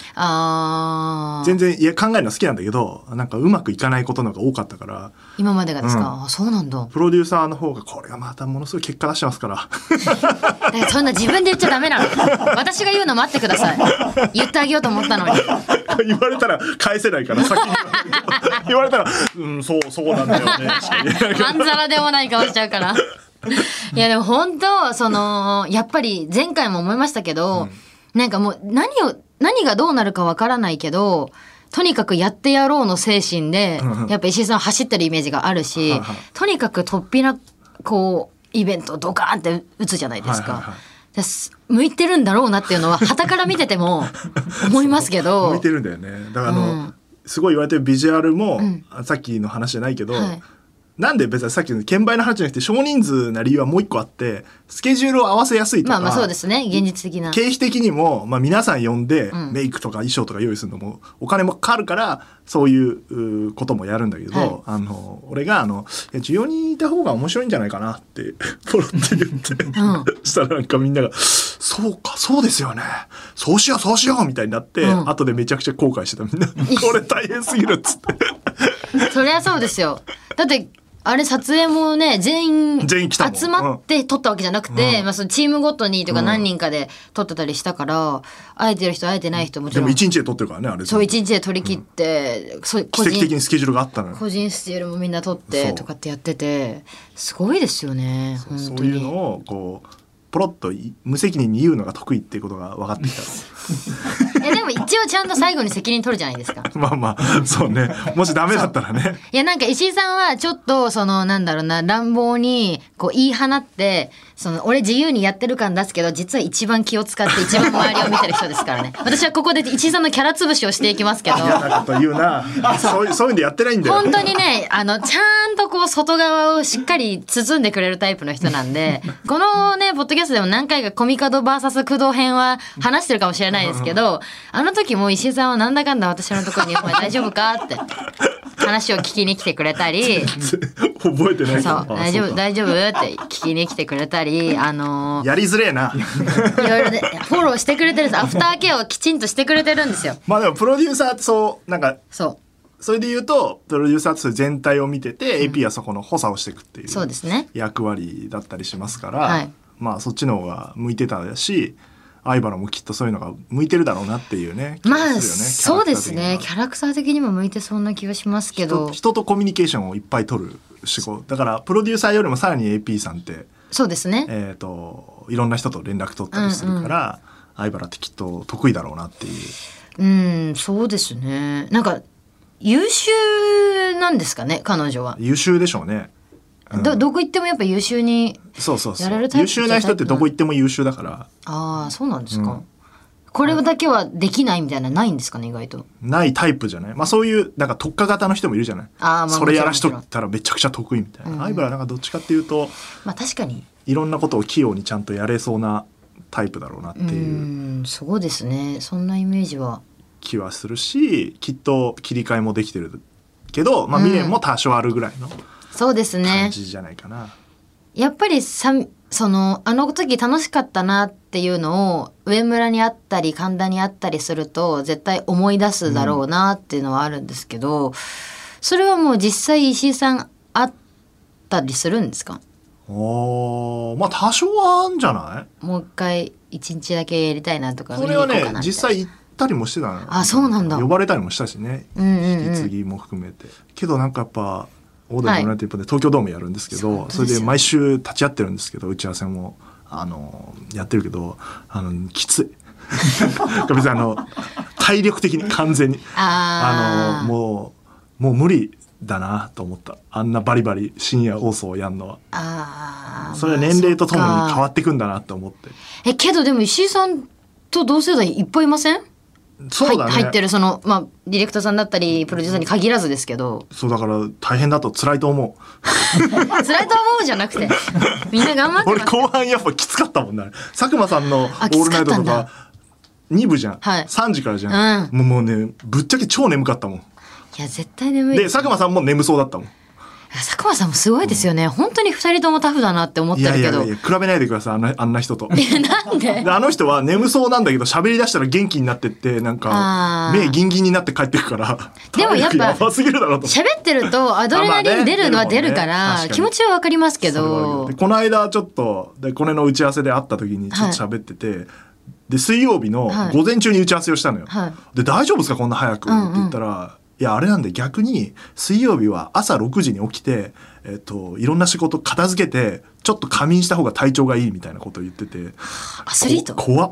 Speaker 1: 全然考えるのは好きなんだけど、なんかうまくいかないことの方が多かったから。
Speaker 2: 今までがですか？そうなんだ。
Speaker 1: プロデューサーの方がこれがまたものすごい結果出してますから。
Speaker 2: そんな自分で言っちゃダメなの。私が言うの待ってください。言ってあげようと思ったのに。
Speaker 1: 言われたら返せないから先に言われたらそうなんだよね。
Speaker 2: まんざらでもない顔しちゃうから。いやでも本当やっぱり前回も思いましたけど、なんかもう何がどうなるかわからないけど、とにかくやってやろうの精神で、やっぱ石井さん走ってるイメージがあるし、とにかく突飛なこうイベントをドカーンって打つじゃないですか。向いてるんだろうなっていうのは傍から見てても思いますけど。
Speaker 1: 向いてるんだよね。だからすごい言われてるビジュアルも、さっきの話じゃないけど、なんで別にさっきの券売の話じゃなくて少人数な理由はもう一個あって、スケジュールを合わせやすいとか、
Speaker 2: まあそうですね、現実的な
Speaker 1: 経費的にも、皆さん呼んで、メイクとか衣装とか用意するのもお金もかかるから、そういうこともやるんだけど、俺が需要にいた方が面白いんじゃないかなってポロって言って、したらなんかみんながそうかそうですよね、そうしようみたいになって、後でめちゃくちゃ後悔してた。みんなこれ大変すぎるっつって。
Speaker 2: そりゃそうですよ。だってあれ撮影もね全員集まって撮ったわけじゃなくて、そのチームごとにとか何人かで撮ってたりしたから、会えてる人会えてない人もちろん。
Speaker 1: でも1日で撮ってるからね、あれ。
Speaker 2: そう1日で撮り切って、
Speaker 1: 奇跡的にスケジュールがあったのよ。
Speaker 2: 個人スチールもみんな撮ってとかってやってて、すごいですよね。本当に
Speaker 1: そういうのをこうポロッと無責任に言うのが得意っていうことが分かってきた。
Speaker 2: でも一応ちゃんと最後に責任取るじゃないですか。
Speaker 1: そうね。もしダメだったらね。
Speaker 2: いやなんか石井さんはちょっとなんだろうな、乱暴にこう言い放って、俺自由にやってる感出すけど、実は一番気を使って一番周りを見てる人ですからね。私はここで石井さんのキャラ潰しをしていきますけど。
Speaker 1: 嫌なこと言うな。そういうんでやってないんだよ。
Speaker 2: 本当にね、ちゃんとこう外側をしっかり包んでくれるタイプの人なんで、このねポッドキャストでも何回かコミカド VS 工藤編は話してるかもしれないですけど、あの時も石井さんはなんだかんだ私のところに「お前大丈夫か?」って話を聞きに来てくれたり
Speaker 1: 覚えてない。
Speaker 2: そう大丈夫って聞きに来てくれたり、や
Speaker 1: りづれえな。
Speaker 2: いろいろねフォローしてくれてるんです。アフターケアをきちんとしてくれてるんですよ。
Speaker 1: でもプロデューサーってそれで言うとプロデューサーって全体を見てて、AP はそこの補佐をしていくっていう役割だったりしますから、そっちの方が向いてたし、 相原もきっとそういうのが向いてるだろうなっていうね。
Speaker 2: まあそうですね、キャラクター的にも向いてそんな気がしますけど、
Speaker 1: 人とコミュニケーションをいっぱい取る仕事だから、プロデューサーよりもさらに AP さんって
Speaker 2: そうですね、
Speaker 1: いろんな人と連絡取ったりするから、相原ってきっと得意だろうなっていう。
Speaker 2: そうですね。なんか優秀なんですかね、彼女は。
Speaker 1: 優秀でしょうね。
Speaker 2: どこ行ってもやっぱ優秀にやられるタイプ。
Speaker 1: 優秀な人ってどこ行っても優秀だから。
Speaker 2: ああ、そうなんですか。これだけはできないみたいなないんですかね、意外と。
Speaker 1: ないタイプじゃない。まあそういうなんか特化型の人もいるじゃない。それやらしとったらめちゃくちゃ得意みたいな。相原なんかどっちかっていうと、
Speaker 2: まあ確かに
Speaker 1: いろんなことを器用にちゃんとやれそうなタイプだろうなっていう。
Speaker 2: そうですね。そんなイメージは
Speaker 1: 気はするし、きっと切り替えもできてるけど、まあ未練も多少あるぐらいの。
Speaker 2: そうですね。
Speaker 1: 感じじゃないかな。
Speaker 2: やっぱりあの時楽しかったなっていうのを上村にあったり神田にあったりすると絶対思い出すだろうなっていうのはあるんですけど、それはもう実際石井さんあったりするんですか？
Speaker 1: まあ多少はあるんじゃない？
Speaker 2: もう一回一日だけやりたいなとか。
Speaker 1: それはね実際行ったりもしてたの。
Speaker 2: あ、そうなんだ。
Speaker 1: 呼ばれたりもしたしね、引き継ぎも含めて。けどなんかやっぱオーダードナイト一本で東京ドームやるんですけど、それで毎週立ち会ってるんですけど、打ち合わせもやってるけどきつい別に体力的に完全にもう無理だなと思った。あんなバリバリ深夜放送をやんのは。それは年齢とともに変わってくんだなと思って。
Speaker 2: けどでも石井さんと同世代いっぱいいません？
Speaker 1: そうだね、
Speaker 2: 入ってるディレクターさんだったりプロデューサーに限らずですけど。
Speaker 1: そうだから大変だと辛いと思う
Speaker 2: 辛いと思うじゃなくてみんな頑張ってます。
Speaker 1: 俺後半やっぱきつかったもんね。佐久間さんのオールナイトとか2部じゃん、3時からじゃん、もうねぶっちゃけ超眠かったもん。い
Speaker 2: や絶対眠い
Speaker 1: で佐久間さんも眠そうだったもん。
Speaker 2: 佐久間さんもすごいですよね、本当に2人ともタフだなって思ってるけど。
Speaker 1: いや比べないでください、あんな人と
Speaker 2: なんで
Speaker 1: あの人は眠そうなんだけど喋り出したら元気になってってなんか目ギンギンになって帰ってくから。
Speaker 2: でもやっぱ
Speaker 1: すぎるだろうと
Speaker 2: 喋ってるとアドレナリン出るのは出るから気持ちは分かりますけど。
Speaker 1: この間ちょっとこれの打ち合わせで会った時にちょっと喋ってて、で水曜日の午前中に打ち合わせをしたのよ、で大丈夫ですかこんな早くって言ったら、いやあれなんで逆に水曜日は朝6時に起きて、いろんな仕事片付けてちょっと仮眠した方が体調がいいみたいなことを言ってて。
Speaker 2: アスリート
Speaker 1: 怖っ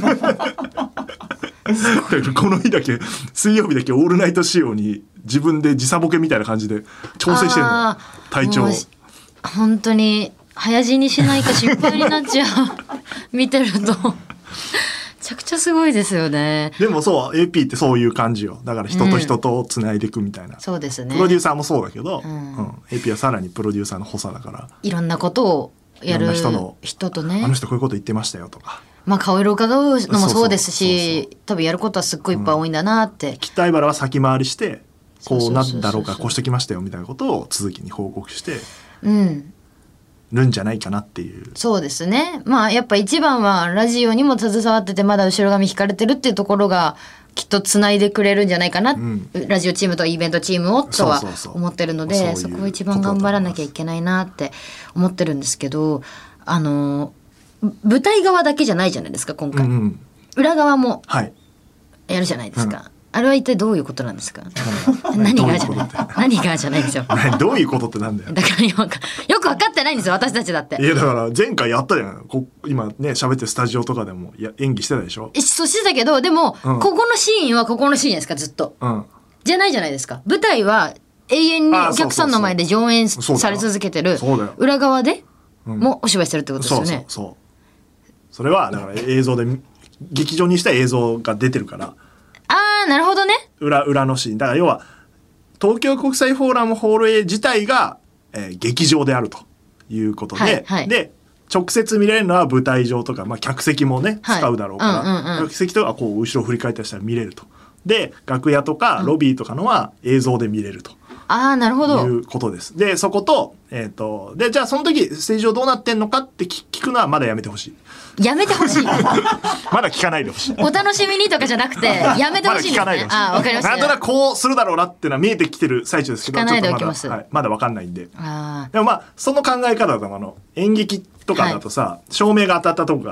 Speaker 1: この日だけ水曜日だけオールナイト仕様に自分で時差ボケみたいな感じで調整してるの体調。
Speaker 2: 本当に早死にしないか心配になっちゃう見てるとめちゃくちゃすごいですよね。
Speaker 1: でもそう AP ってそういう感じよ。だから人と人とつないでいくみたいな、
Speaker 2: そうですね。
Speaker 1: プロデューサーもそうだけど、AP はさらにプロデューサーの補佐だから
Speaker 2: いろんなことをやる人とね、
Speaker 1: あの人こういうこと言ってましたよとか、
Speaker 2: 顔色を伺うのもそうですし、多分やることはすっごいいっぱい多いんだなって、
Speaker 1: きっと相原は先回りしてこうなんだろうかこうしてきましたよみたいなことを続きに報告してるんじゃないかなっていう。
Speaker 2: そうですね。やっぱ一番はラジオにも携わっててまだ後ろ髪引かれてるっていうところがきっとつないでくれるんじゃないかな、ラジオチームとイベントチームをとは思ってるので、そこを一番頑張らなきゃいけないなって思ってるんですけど、舞台側だけじゃないじゃないですか今回、裏側もやるじゃないですか、あれは一体どういうことなんですか？何がじゃない何がじゃないですよ
Speaker 1: どういうことってなんだよ。
Speaker 2: だからよく分かってないんですよ私たちだって。
Speaker 1: いやだから前回やったじゃん。今ね喋ってるスタジオとかでも演技してたでしょ。
Speaker 2: そうしてたけどでも、ここのシーンはここのシーンですかずっと、じゃないじゃないですか。舞台は永遠にお客さんの前で上演され続けてる裏側でもお芝居してるってことですよね。
Speaker 1: それはだから映像で劇場にした映像が出てるから。
Speaker 2: なるほどね。
Speaker 1: 裏のシーンだから要は東京国際フォーラムホール A 自体が、劇場であるということで、で直接見られるのは舞台上とか、客席もね使うだろうから、客席とかこう後ろ振り返ったりしたら見れると。で楽屋とかロビーとかのは映像で見れると。
Speaker 2: なるほど。
Speaker 1: いうことです。でそこと、でじゃあその時ステージ上どうなってんのかって聞くのはまだやめてほしい。
Speaker 2: やめてほしい。
Speaker 1: まだ聞かないでほしい。
Speaker 2: お楽しみにとかじじゃなくてやめてほしいんですね。まだ聞かないでほしい。わかりました。
Speaker 1: なんとなくこうするだろうなっていうのは見えてきてる最中ですけど、
Speaker 2: 聞かないでおきます。
Speaker 1: まだわかんないんで。でもその考え方だと演劇とかだとさ、照明が当たったとこが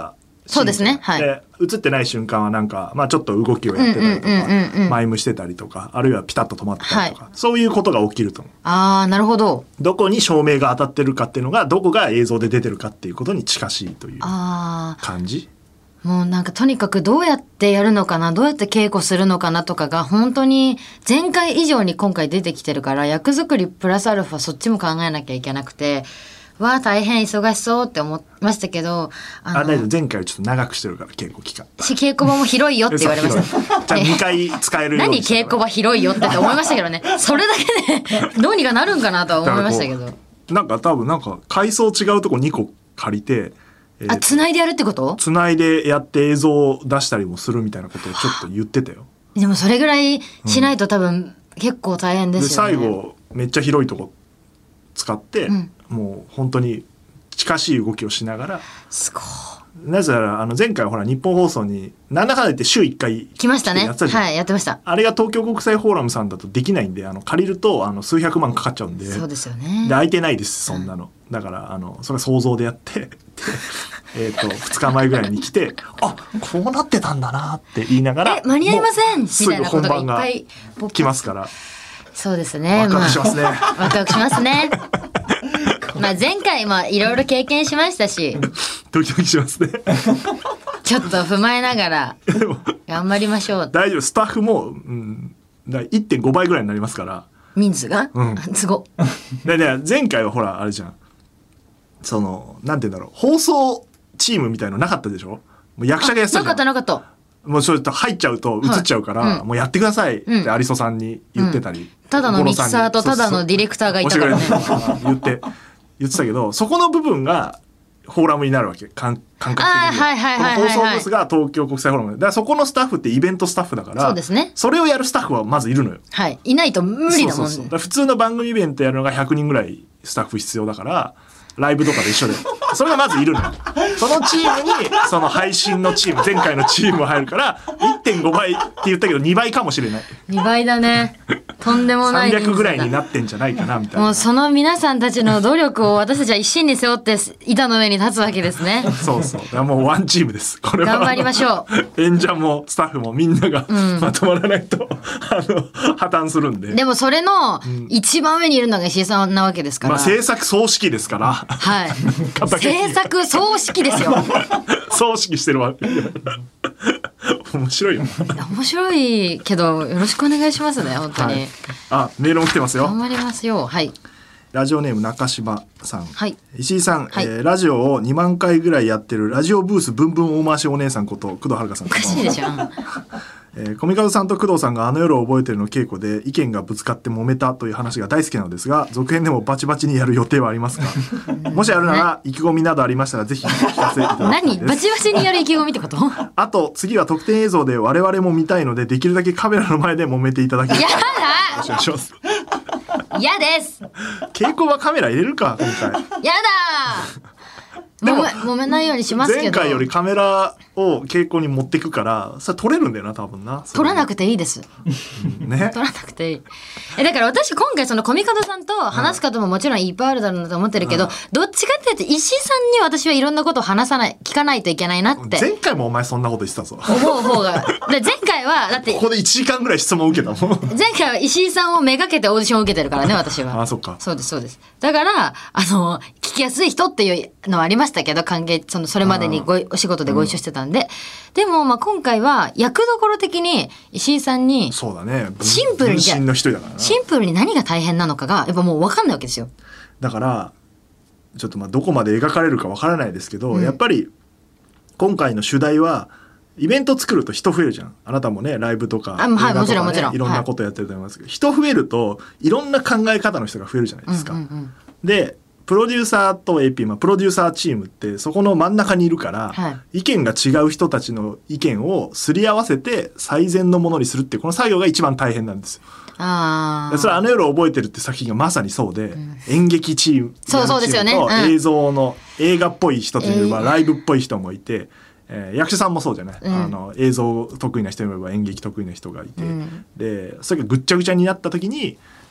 Speaker 2: そうですね、はい、
Speaker 1: で映ってない瞬間はなんか、まあ、ちょっと動きをやってたりとかマイムしてたりとかあるいはピタッと止まってたりとか、はい、そういうことが起きると思う。
Speaker 2: あー、なるほど。
Speaker 1: どこに照明が当たってるかっていうのがどこが映像で出てるかっていうことに近しいという感じ。
Speaker 2: もうなんかとにかくどうやってやるのかな、どうやって稽古するのかなとかが本当に前回以上に今回出てきてるから、役作りプラスアルファそっちも考えなきゃいけなくて、わあ大変忙しそうって思いましたけど、
Speaker 1: 大丈夫、前回はちょっと長くしてるから稽古期間。
Speaker 2: 稽古場も広いよって言われました。
Speaker 1: じゃあ2回使えるように
Speaker 2: 何稽古場広いよって思いましたけどね。それだけでどうにかなるんかなとは思いましたけど。
Speaker 1: なんか多分なんか階層違うとこ2個借りて。
Speaker 2: 繋いでやるってこと？
Speaker 1: 繋いでやって映像を出したりもするみたいなことをちょっと言ってたよ。
Speaker 2: でもそれぐらいしないと多分結構大変ですよね。
Speaker 1: で最後めっちゃ広いとこ使って、もう本当に近しい動きをしながら。すごい。なぜなら前回ほら日本放送になんだかんだ言って週1回
Speaker 2: 来ましたね。はい、やってました。
Speaker 1: あれが東京国際フォーラムさんだとできないんで、借りると数百万かかっちゃうんで。
Speaker 2: そうですよね。
Speaker 1: で空いてないですそんなの。だからそれは想像でやって2日前ぐらいに来てあこうなってたんだなって言いながら
Speaker 2: 間に合いませんみたいなことがいっぱい
Speaker 1: 来ますから。
Speaker 2: そうですね。
Speaker 1: ワクワクしますね。
Speaker 2: ワクワクしますね。まあ前回もいろいろ経験しましたし
Speaker 1: ドキドキしますね。
Speaker 2: ちょっと踏まえながら頑張りましょう。
Speaker 1: 大丈夫、スタッフも、1.5 倍ぐらいになりますから
Speaker 2: 人数が、すご
Speaker 1: で前回はほらあれじゃん、なんて言うんだろう、放送チームみたいのなかったでしょ。もう役者がやってたじゃん。
Speaker 2: なかった。
Speaker 1: もうそれと入っちゃうと映っちゃうから、もうやってくださいって有磯さんに言ってたり、
Speaker 2: ただのミキサーとただのディレクターがいたからね
Speaker 1: 言ってたけど、そこの部分がフォーラムになるわけ、感覚的には。放送ブースが東京国際フォーラムだから、そこのスタッフってイベントスタッフだから、
Speaker 2: そうですね、
Speaker 1: それをやるスタッフはまずいるのよ。
Speaker 2: はい、いないと無理だもんね。
Speaker 1: 普通の番組イベントやるのが100人ぐらいスタッフ必要だから、ライブとかで一緒でそれがまずいるのよ。そのチームにその配信のチーム、前回のチームが入るから 1.5 倍って言ったけど2倍かもしれない。
Speaker 2: 2倍だね。とんでもない人数だ。
Speaker 1: 300ぐらいになってんじゃないかなみたいな。
Speaker 2: もうその皆さんたちの努力を私たちは一心に背負って板の上に立つわけですね。
Speaker 1: そうだからもうワンチームです。これは
Speaker 2: 頑張りましょ
Speaker 1: う。演者もスタッフもみんながまとまらないと、破綻するんで。
Speaker 2: でもそれの一番上にいるのが石井さんなわけですから、
Speaker 1: 制作総指揮ですから。
Speaker 2: はい制作総指揮ですよ。
Speaker 1: 総指揮してるわ。面白いよ。
Speaker 2: 面白いけどよろしくお願いしますね本当に。
Speaker 1: メールも来てますよ。
Speaker 2: 頑張りますよ。はい。
Speaker 1: ラジオネーム中島さん、石井さん、
Speaker 2: ラ
Speaker 1: ジオを2万回ぐらいやってるラジオブースブンブン大回しお姉さんこと工藤遥さん。お
Speaker 2: かしいでしょ。
Speaker 1: コミカドさんと工藤さんが夜を覚えてるの稽古で意見がぶつかって揉めたという話が大好きなのですが、続編でもバチバチにやる予定はありますか？もしあるなら意気込みなどありましたらぜひ聞かせていただきたいです。
Speaker 2: 何バチバチにやる意気込みってこと？
Speaker 1: あと次は特典映像で我々も見たいのでできるだけカメラの前で揉めていただきたい。
Speaker 2: やだ。
Speaker 1: お願いします。
Speaker 2: 嫌です。
Speaker 1: 稽古場カメラ入れるか今回。
Speaker 2: やだ。でも揉めないようにしますけど。
Speaker 1: 前回よりカメラを稽古に持ってくからそれ撮れるんだよな多分な。
Speaker 2: 撮らなくていいです。
Speaker 1: ね。
Speaker 2: 撮らなくていい。だから私今回そのコミカドさんと話す方ももちろんいっぱいあるだろうなと思ってるけど、どっちかっていうと石井さんに私はいろんなことを聞かないといけないなって。
Speaker 1: 前回もお前そんなこと言ってたぞ。
Speaker 2: 思う方が。で前回はだって
Speaker 1: ここで1時間ぐらい質問受けたもん。
Speaker 2: 前回は石井さんをめがけてオーディションを受けてるからね私は。
Speaker 1: そっか。
Speaker 2: そうですだから聞きやすい人っていうのはありましたけど、それまでにお仕事でご一緒してたんで、でも今回は役どころ的に石井さんに
Speaker 1: そうだね、
Speaker 2: シンプルに
Speaker 1: 分身の一人だからな。
Speaker 2: シンプルに何が大変なのかがやっぱもう分かんないわけですよ。
Speaker 1: だからちょっとどこまで描かれるか分からないですけど、やっぱり今回の主題はイベント作ると人増えるじゃん。あなたもねライブとか、
Speaker 2: もちろん
Speaker 1: いろんなことやってると思いますけど、人増えるといろんな考え方の人が増えるじゃないですか。でプロデューサーと AP、プロデューサーチームってそこの真ん中にいるから、意見が違う人たちの意見をすり合わせて最善のものにするっていうこの作業が一番大変なんですよ。それは夜を覚えてるって作品がまさにそうで、演劇チーム
Speaker 2: そうですよね、
Speaker 1: 映像の映画っぽい人といえばライブっぽい人もいて、役者さんもそうじゃない、映像得意な人もいれば演劇得意な人がいて、でそれがぐっちゃぐちゃになった時に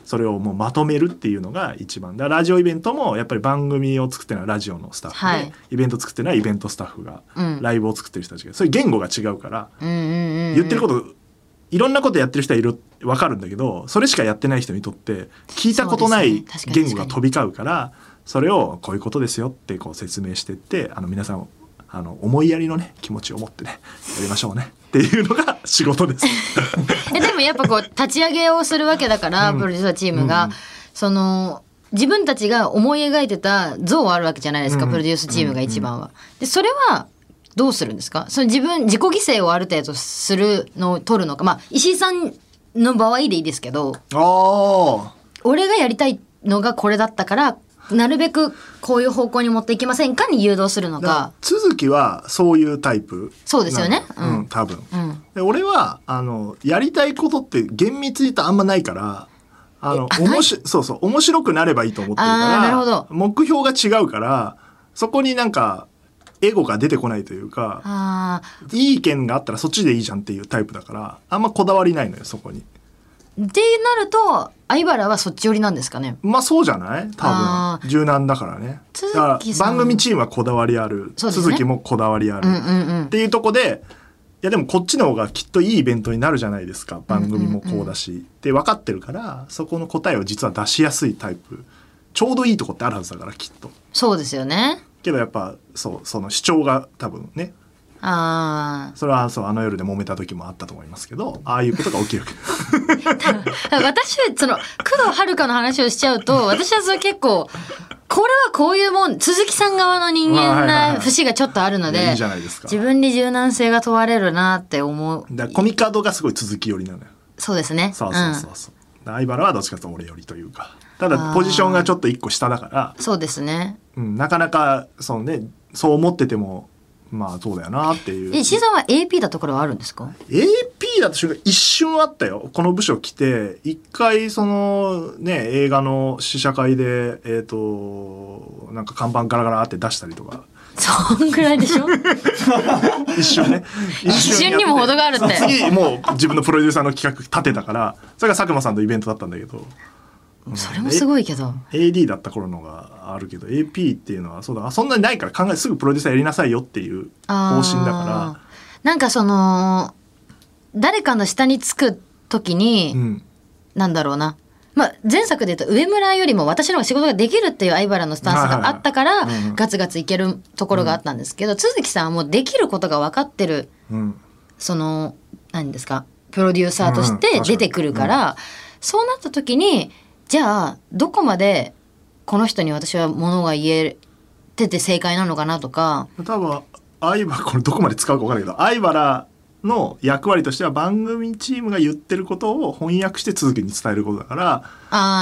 Speaker 1: それをもうまとめるっていうのが一番だ。ラジオイベントもやっぱり番組を作ってるのはラジオのスタッフで、はい、イベント作ってるのはイベントスタッフが、ライブを作ってる人たちが、そういう言語が違うから、言ってることいろんなことやってる人はいる分かるんだけど、それしかやってない人にとって聞いたことない言語が飛び交うから、それをこういうことですよってこう説明していって、皆さん思いやりのね気持ちを持ってねやりましょうねっていうのが仕事です
Speaker 2: でもやっぱこう立ち上げをするわけだから、プロデューサーチームが、その自分たちが思い描いてた像はあるわけじゃないですか、プロデュースチームが一番は。でそれはどうするんですか？その自己犠牲をある程度するのを取るのか、まあ石井さんの場合でいいですけど、俺がやりたいのがこれだったからなるべくこういう方向に持っていきませんかに誘導するのか。
Speaker 1: 続きはそういうタイプ。
Speaker 2: そうですよね。
Speaker 1: 多分。で俺はやりたいことって厳密に言うとあんまないから、面白くなればいいと思ってるから、
Speaker 2: なるほど。
Speaker 1: 目標が違うからそこになんかエゴが出てこないというか、いい意見があったらそっちでいいじゃんっていうタイプだから、あんまこだわりないのよそこに。
Speaker 2: ってなると相原はそっち寄りなんですかね。
Speaker 1: まあそうじゃない？多分柔軟だからね。だから番組チームはこだわりある、続きもこだわりある、っていうとこで、いやでもこっちの方がきっといいイベントになるじゃないですか、番組もこうだし、って分かってるから、そこの答えを実は出しやすいタイプ、ちょうどいいとこってあるはずだからきっと。
Speaker 2: そうですよね。
Speaker 1: けどやっぱその主張が多分ね、それは夜で揉めた時もあったと思いますけど、ああいうことが起きる
Speaker 2: 私はその工藤遥の話をしちゃうと、私はそれ結構これはこういうもん、鈴木さん側の人間な節がちょっとあるので、
Speaker 1: いいじゃないですか。
Speaker 2: 自分に柔軟性が問われるなって思う。
Speaker 1: だからコミカドがすごい続き寄りなのよ。
Speaker 2: そうですね。
Speaker 1: そう、相原はどっちかというと俺寄りというか、ただポジションがちょっと一個下だから、
Speaker 2: そうですね、
Speaker 1: なかなかそう思っててもまあそうだよなっていう。
Speaker 2: 石井さんは AP だところはあるんですか？
Speaker 1: AP だと瞬間一瞬あったよ。この部署来て一回映画の試写会でなんか看板ガラガラって出したりとか。
Speaker 2: そんぐらいでしょ
Speaker 1: 一瞬ね。
Speaker 2: 一瞬にも程があるって。
Speaker 1: 次もう自分のプロデューサーの企画立てたから、それが佐久間さんのイベントだったんだけど。
Speaker 2: それもすごいけど、
Speaker 1: AD だった頃のがあるけど AP っていうのはそうだ、そんなにないからすぐプロデューサーやりなさいよっていう方針だから。
Speaker 2: なんか誰かの下につく時に、なんだろうな、まあ、前作で言うと上村よりも私の方が仕事ができるっていう相原のスタンスがあったから、ガツガツいけるところがあったんですけど、都築さんはもうできることが分かってる、何ですか、プロデューサーとして出てくるから、そうなった時にじゃあどこまでこの人に私はものが言えてて正解なのかなとか。
Speaker 1: 多分これどこまで使うか分からないけど、相原の役割としては番組チームが言ってることを翻訳して続きに伝えることだから、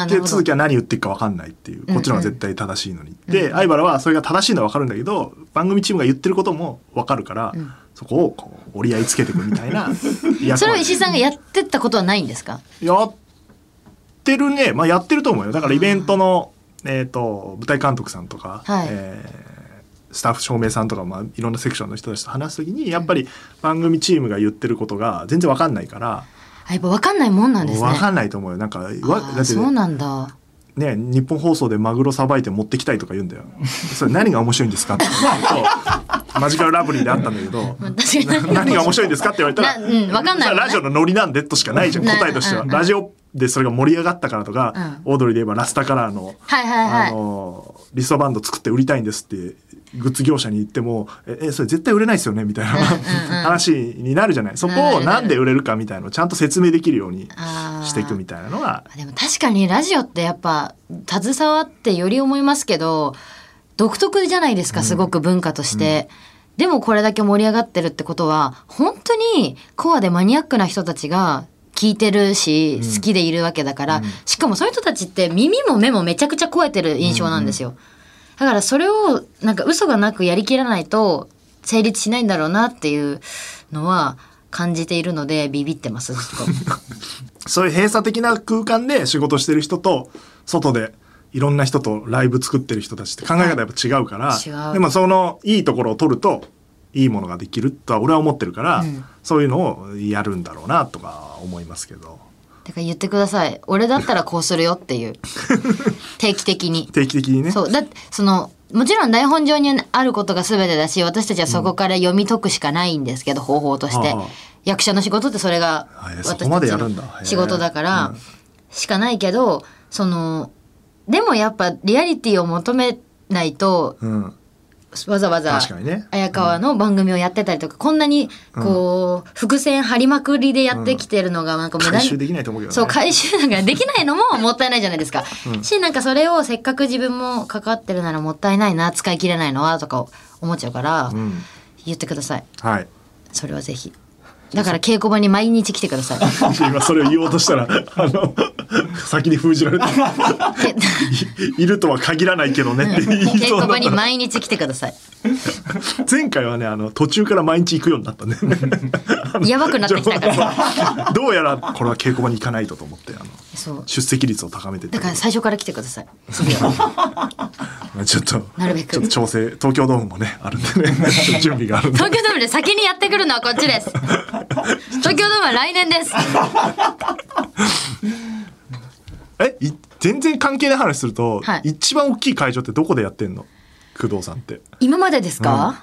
Speaker 1: で続きは何言ってるか分かんないっていう、こっちの方が絶対正しいのに、で相原はそれが正しいのは分かるんだけど、番組チームが言ってることも分かるから、そこをこう折り合いつけていくみたいな
Speaker 2: それを石井さんがやってったことはないんですか？
Speaker 1: やってるね。まあやってると思うよ。だからイベントの舞台監督さんとか、スタッフ照明さんとか、いろんなセクションの人たちと話すときに、やっぱり番組チームが言ってることが全然わかんないから。
Speaker 2: やっぱわかんないもんなんですね。
Speaker 1: わかんないと思うよ。なんかだって
Speaker 2: そうなんだ。
Speaker 1: ね、日本放送でマグロさばいて持ってきたいとか言うんだよ。それ何が面白いんですかって言うとマジカルラブリーであったんだけど何が面白いんですかって言われたら、
Speaker 2: わかんない、
Speaker 1: ラジオのノリなんでとしかないじゃん、答えとしては。ラジオでそれが盛り上がったからとか、オードリーで言えばラスタカラーの、リストバンド作って売りたいんですってグッズ業者に言ってもそれ絶対売れないですよねみたいな話になるじゃない。そこをなんで売れるかみたいなのをちゃんと説明できるようにしていくみたいなのは。
Speaker 2: でも確かにラジオってやっぱ携わってより思いますけど、独特じゃないですか、すごく文化として、でもこれだけ盛り上がってるってことは本当にコアでマニアックな人たちが聞いてるし、好きでいるわけだから、しかもそういう人たちって耳も目もめちゃくちゃ超えてる印象なんですよ。だからそれをなんか嘘がなくやりきらないと成立しないんだろうなっていうのは感じているのでビビってます
Speaker 1: そういう閉鎖的な空間で仕事してる人と外でいろんな人とライブ作ってる人たちって考え方やっぱ違うから、でもそのいいところを取るといいものができるとは俺は思ってるから、そういうのをやるんだろうなとか思いますけど。
Speaker 2: だから言ってください。俺だったらこうするよっていう。定期的に。
Speaker 1: 定期的にね。
Speaker 2: そう。だって、もちろん台本上にあることが全てだし、私たちはそこから読み解くしかないんですけど、方法として。役者の仕事ってそれが私たちの仕事だから、しかないけど、でもやっぱリアリティを求めないと、わざわざ綾川の番組をやってたりとか、こんなにこう伏線張りまくりでやってきてるのがなんか無駄に
Speaker 1: 回収できないと思うけどね。
Speaker 2: そう、回収なんかできないのももったいないじゃないですか。なんかそれをせっかく自分も関わってるならもったいないな、使い切れないのはとか思っちゃうから、言ってください。
Speaker 1: はい。
Speaker 2: それはぜひ。だから稽古場に毎日来てください。
Speaker 1: 今それを言おうとしたら先に封じられているとは限らないけどねって言いそう。
Speaker 2: 稽古場に毎日来てください。
Speaker 1: 前回はね途中から毎日行くようになったね。
Speaker 2: やばくなってきたから
Speaker 1: どうやらこれは稽古場に行かないとと思って
Speaker 2: そう
Speaker 1: 出席率を高めてて、
Speaker 2: だから最初から来てください。
Speaker 1: ちょっと
Speaker 2: なるべく
Speaker 1: ちょっと調整、東京ドームもねあるんでね準備があるんで。
Speaker 2: 東京ドームで先にやってくるのはこっちです。東京ドームは来年です。
Speaker 1: 全然関係ない話すると、
Speaker 2: はい、
Speaker 1: 一番大きい会場ってどこでやってんの、工藤さんって。
Speaker 2: 今までですか？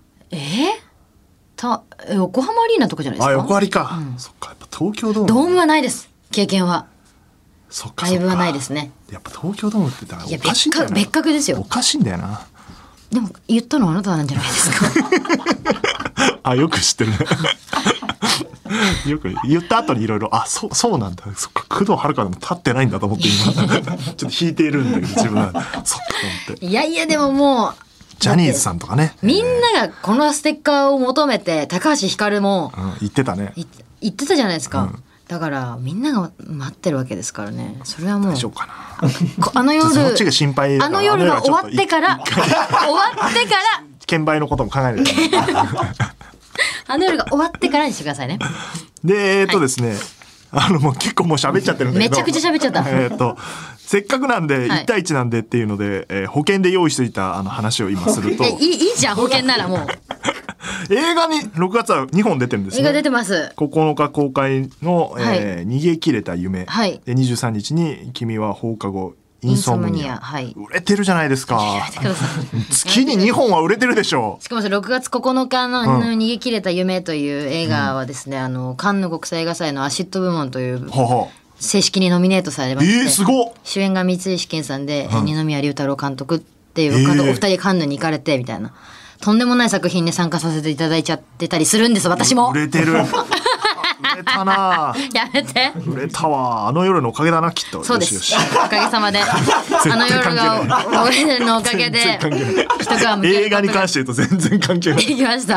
Speaker 2: 横浜アリーナとかじゃないですか。
Speaker 1: 横アリか、そっか、やっぱ東京ドーム。
Speaker 2: ドームはないです、経験は。
Speaker 1: そっか、
Speaker 2: ライブはないですね。
Speaker 1: やっぱ東京ドームってだからおかしいんだよな。
Speaker 2: 別格ですよ。
Speaker 1: おかしいんだよな。
Speaker 2: でも言ったのはあなたなんじゃないですか。
Speaker 1: よく知ってるね。よく言った後にいろいろそうなんだ、そっか、工藤遥でも立ってないんだと思って今ちょっと引いているんだけど自分はそっかと思って。
Speaker 2: いやでももう
Speaker 1: ジャニーズさんとかね、
Speaker 2: みんながこのステッカーを求めて高橋ひかるも
Speaker 1: 言ってたね。
Speaker 2: 言ってたじゃないですか、だからみんなが待ってるわけですからね。それはもう
Speaker 1: 大丈夫かな。
Speaker 2: あの夜
Speaker 1: そっちが心配だから。
Speaker 2: あの夜が終わってから
Speaker 1: 券売のことも考えないと。
Speaker 2: あの夜が終わってからにしてくださいね。
Speaker 1: でですね、もう結構もう喋っちゃってるんだけど、
Speaker 2: めちゃくちゃ喋っちゃった。
Speaker 1: せっかくなんで1対1なんでっていうので、保険で用意していた話を今すると
Speaker 2: いいじゃん、保険ならもう。
Speaker 1: 映画に6月は2本出てるんですね。
Speaker 2: 映画出てます。
Speaker 1: 9日公開の、逃げ切れた夢、
Speaker 2: はい、
Speaker 1: で23日に君は放課後インソムニア、
Speaker 2: はい、
Speaker 1: 売れてるじゃないですか。月に2本は売れてるでしょう。
Speaker 2: しかも6月9日の逃げ切れた夢という映画はですね、カンヌ国際映画祭のアシッド部門という正式にノミネートされまして、
Speaker 1: すごっ。
Speaker 2: 主演が三石健さんで、二宮龍太郎監督っていうお二人カンヌに行かれてみたいな、とんでもない作品に参加させていただいちゃってたりするんです。私も
Speaker 1: 売れてる。売れたな。
Speaker 2: やめて。
Speaker 1: 売れたわ。あの夜のおかげだな、きっと。
Speaker 2: そうです。おかげさまで。あの夜が俺のおかげで。
Speaker 1: 映画に関して言うと全然関係ない。
Speaker 2: 行きました。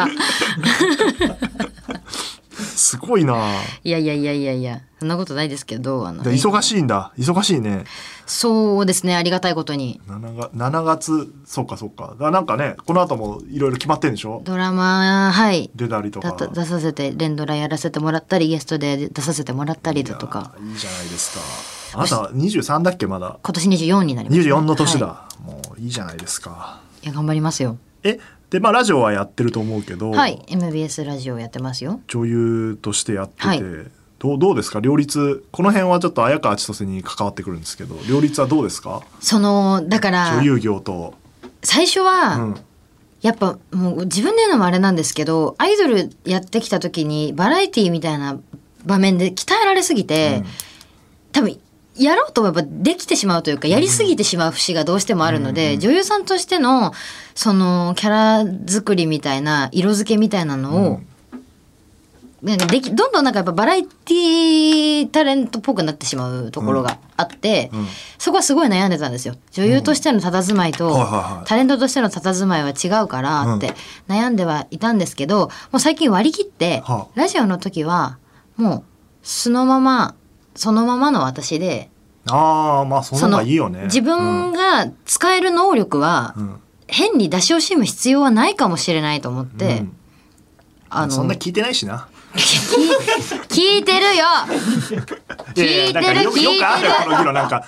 Speaker 1: すごいな。
Speaker 2: いやそんなことないですけど、
Speaker 1: 忙しいんだ。忙しいね。
Speaker 2: そうですね、ありがたいことに。
Speaker 1: 7月、そうか。なんかね、この後もいろいろ決まってんでしょ。
Speaker 2: ドラマ、はい。
Speaker 1: 出たりとか。
Speaker 2: 出させて、連ドラやらせてもらったり、ゲストで出させてもらったりだとか。
Speaker 1: いいじゃないですか。あなた23だっけ、まだ。
Speaker 2: 今年24になります、
Speaker 1: 24の年だ。もういいじゃないですか。
Speaker 2: いや、頑張りますよ。
Speaker 1: でラジオはやってると思うけど、
Speaker 2: はい、MBS ラジオやってますよ。
Speaker 1: 女優としてやってて、どうですか、両立。この辺はちょっと綾川千歳に関わってくるんですけど、両立はどうですか。
Speaker 2: だから
Speaker 1: 女優業と
Speaker 2: 最初は、やっぱもう自分で言うのもあれなんですけど、アイドルやってきた時にバラエティみたいな場面で鍛えられすぎて、多分やろうと思えばできてしまうというか、やりすぎてしまう節がどうしてもあるので、女優さんとしてのそのキャラ作りみたいな色付けみたいなのを、なんかどんどんなんかやっぱバラエティタレントっぽくなってしまうところがあって、そこはすごい悩んでたんですよ。女優としての佇まいと、タレントとしての佇まいは違うからって悩んではいたんですけど、もう最近割り切って、ラジオの時はもうそのままの私で、
Speaker 1: その方がいいよね。
Speaker 2: 自分が使える能力は、変に出し惜しむ必要はないかもしれないと思って、
Speaker 1: そんな聞いてないしな。
Speaker 2: 聞いてるよ。聞いてる。
Speaker 1: よくあるよ、この議論。なんか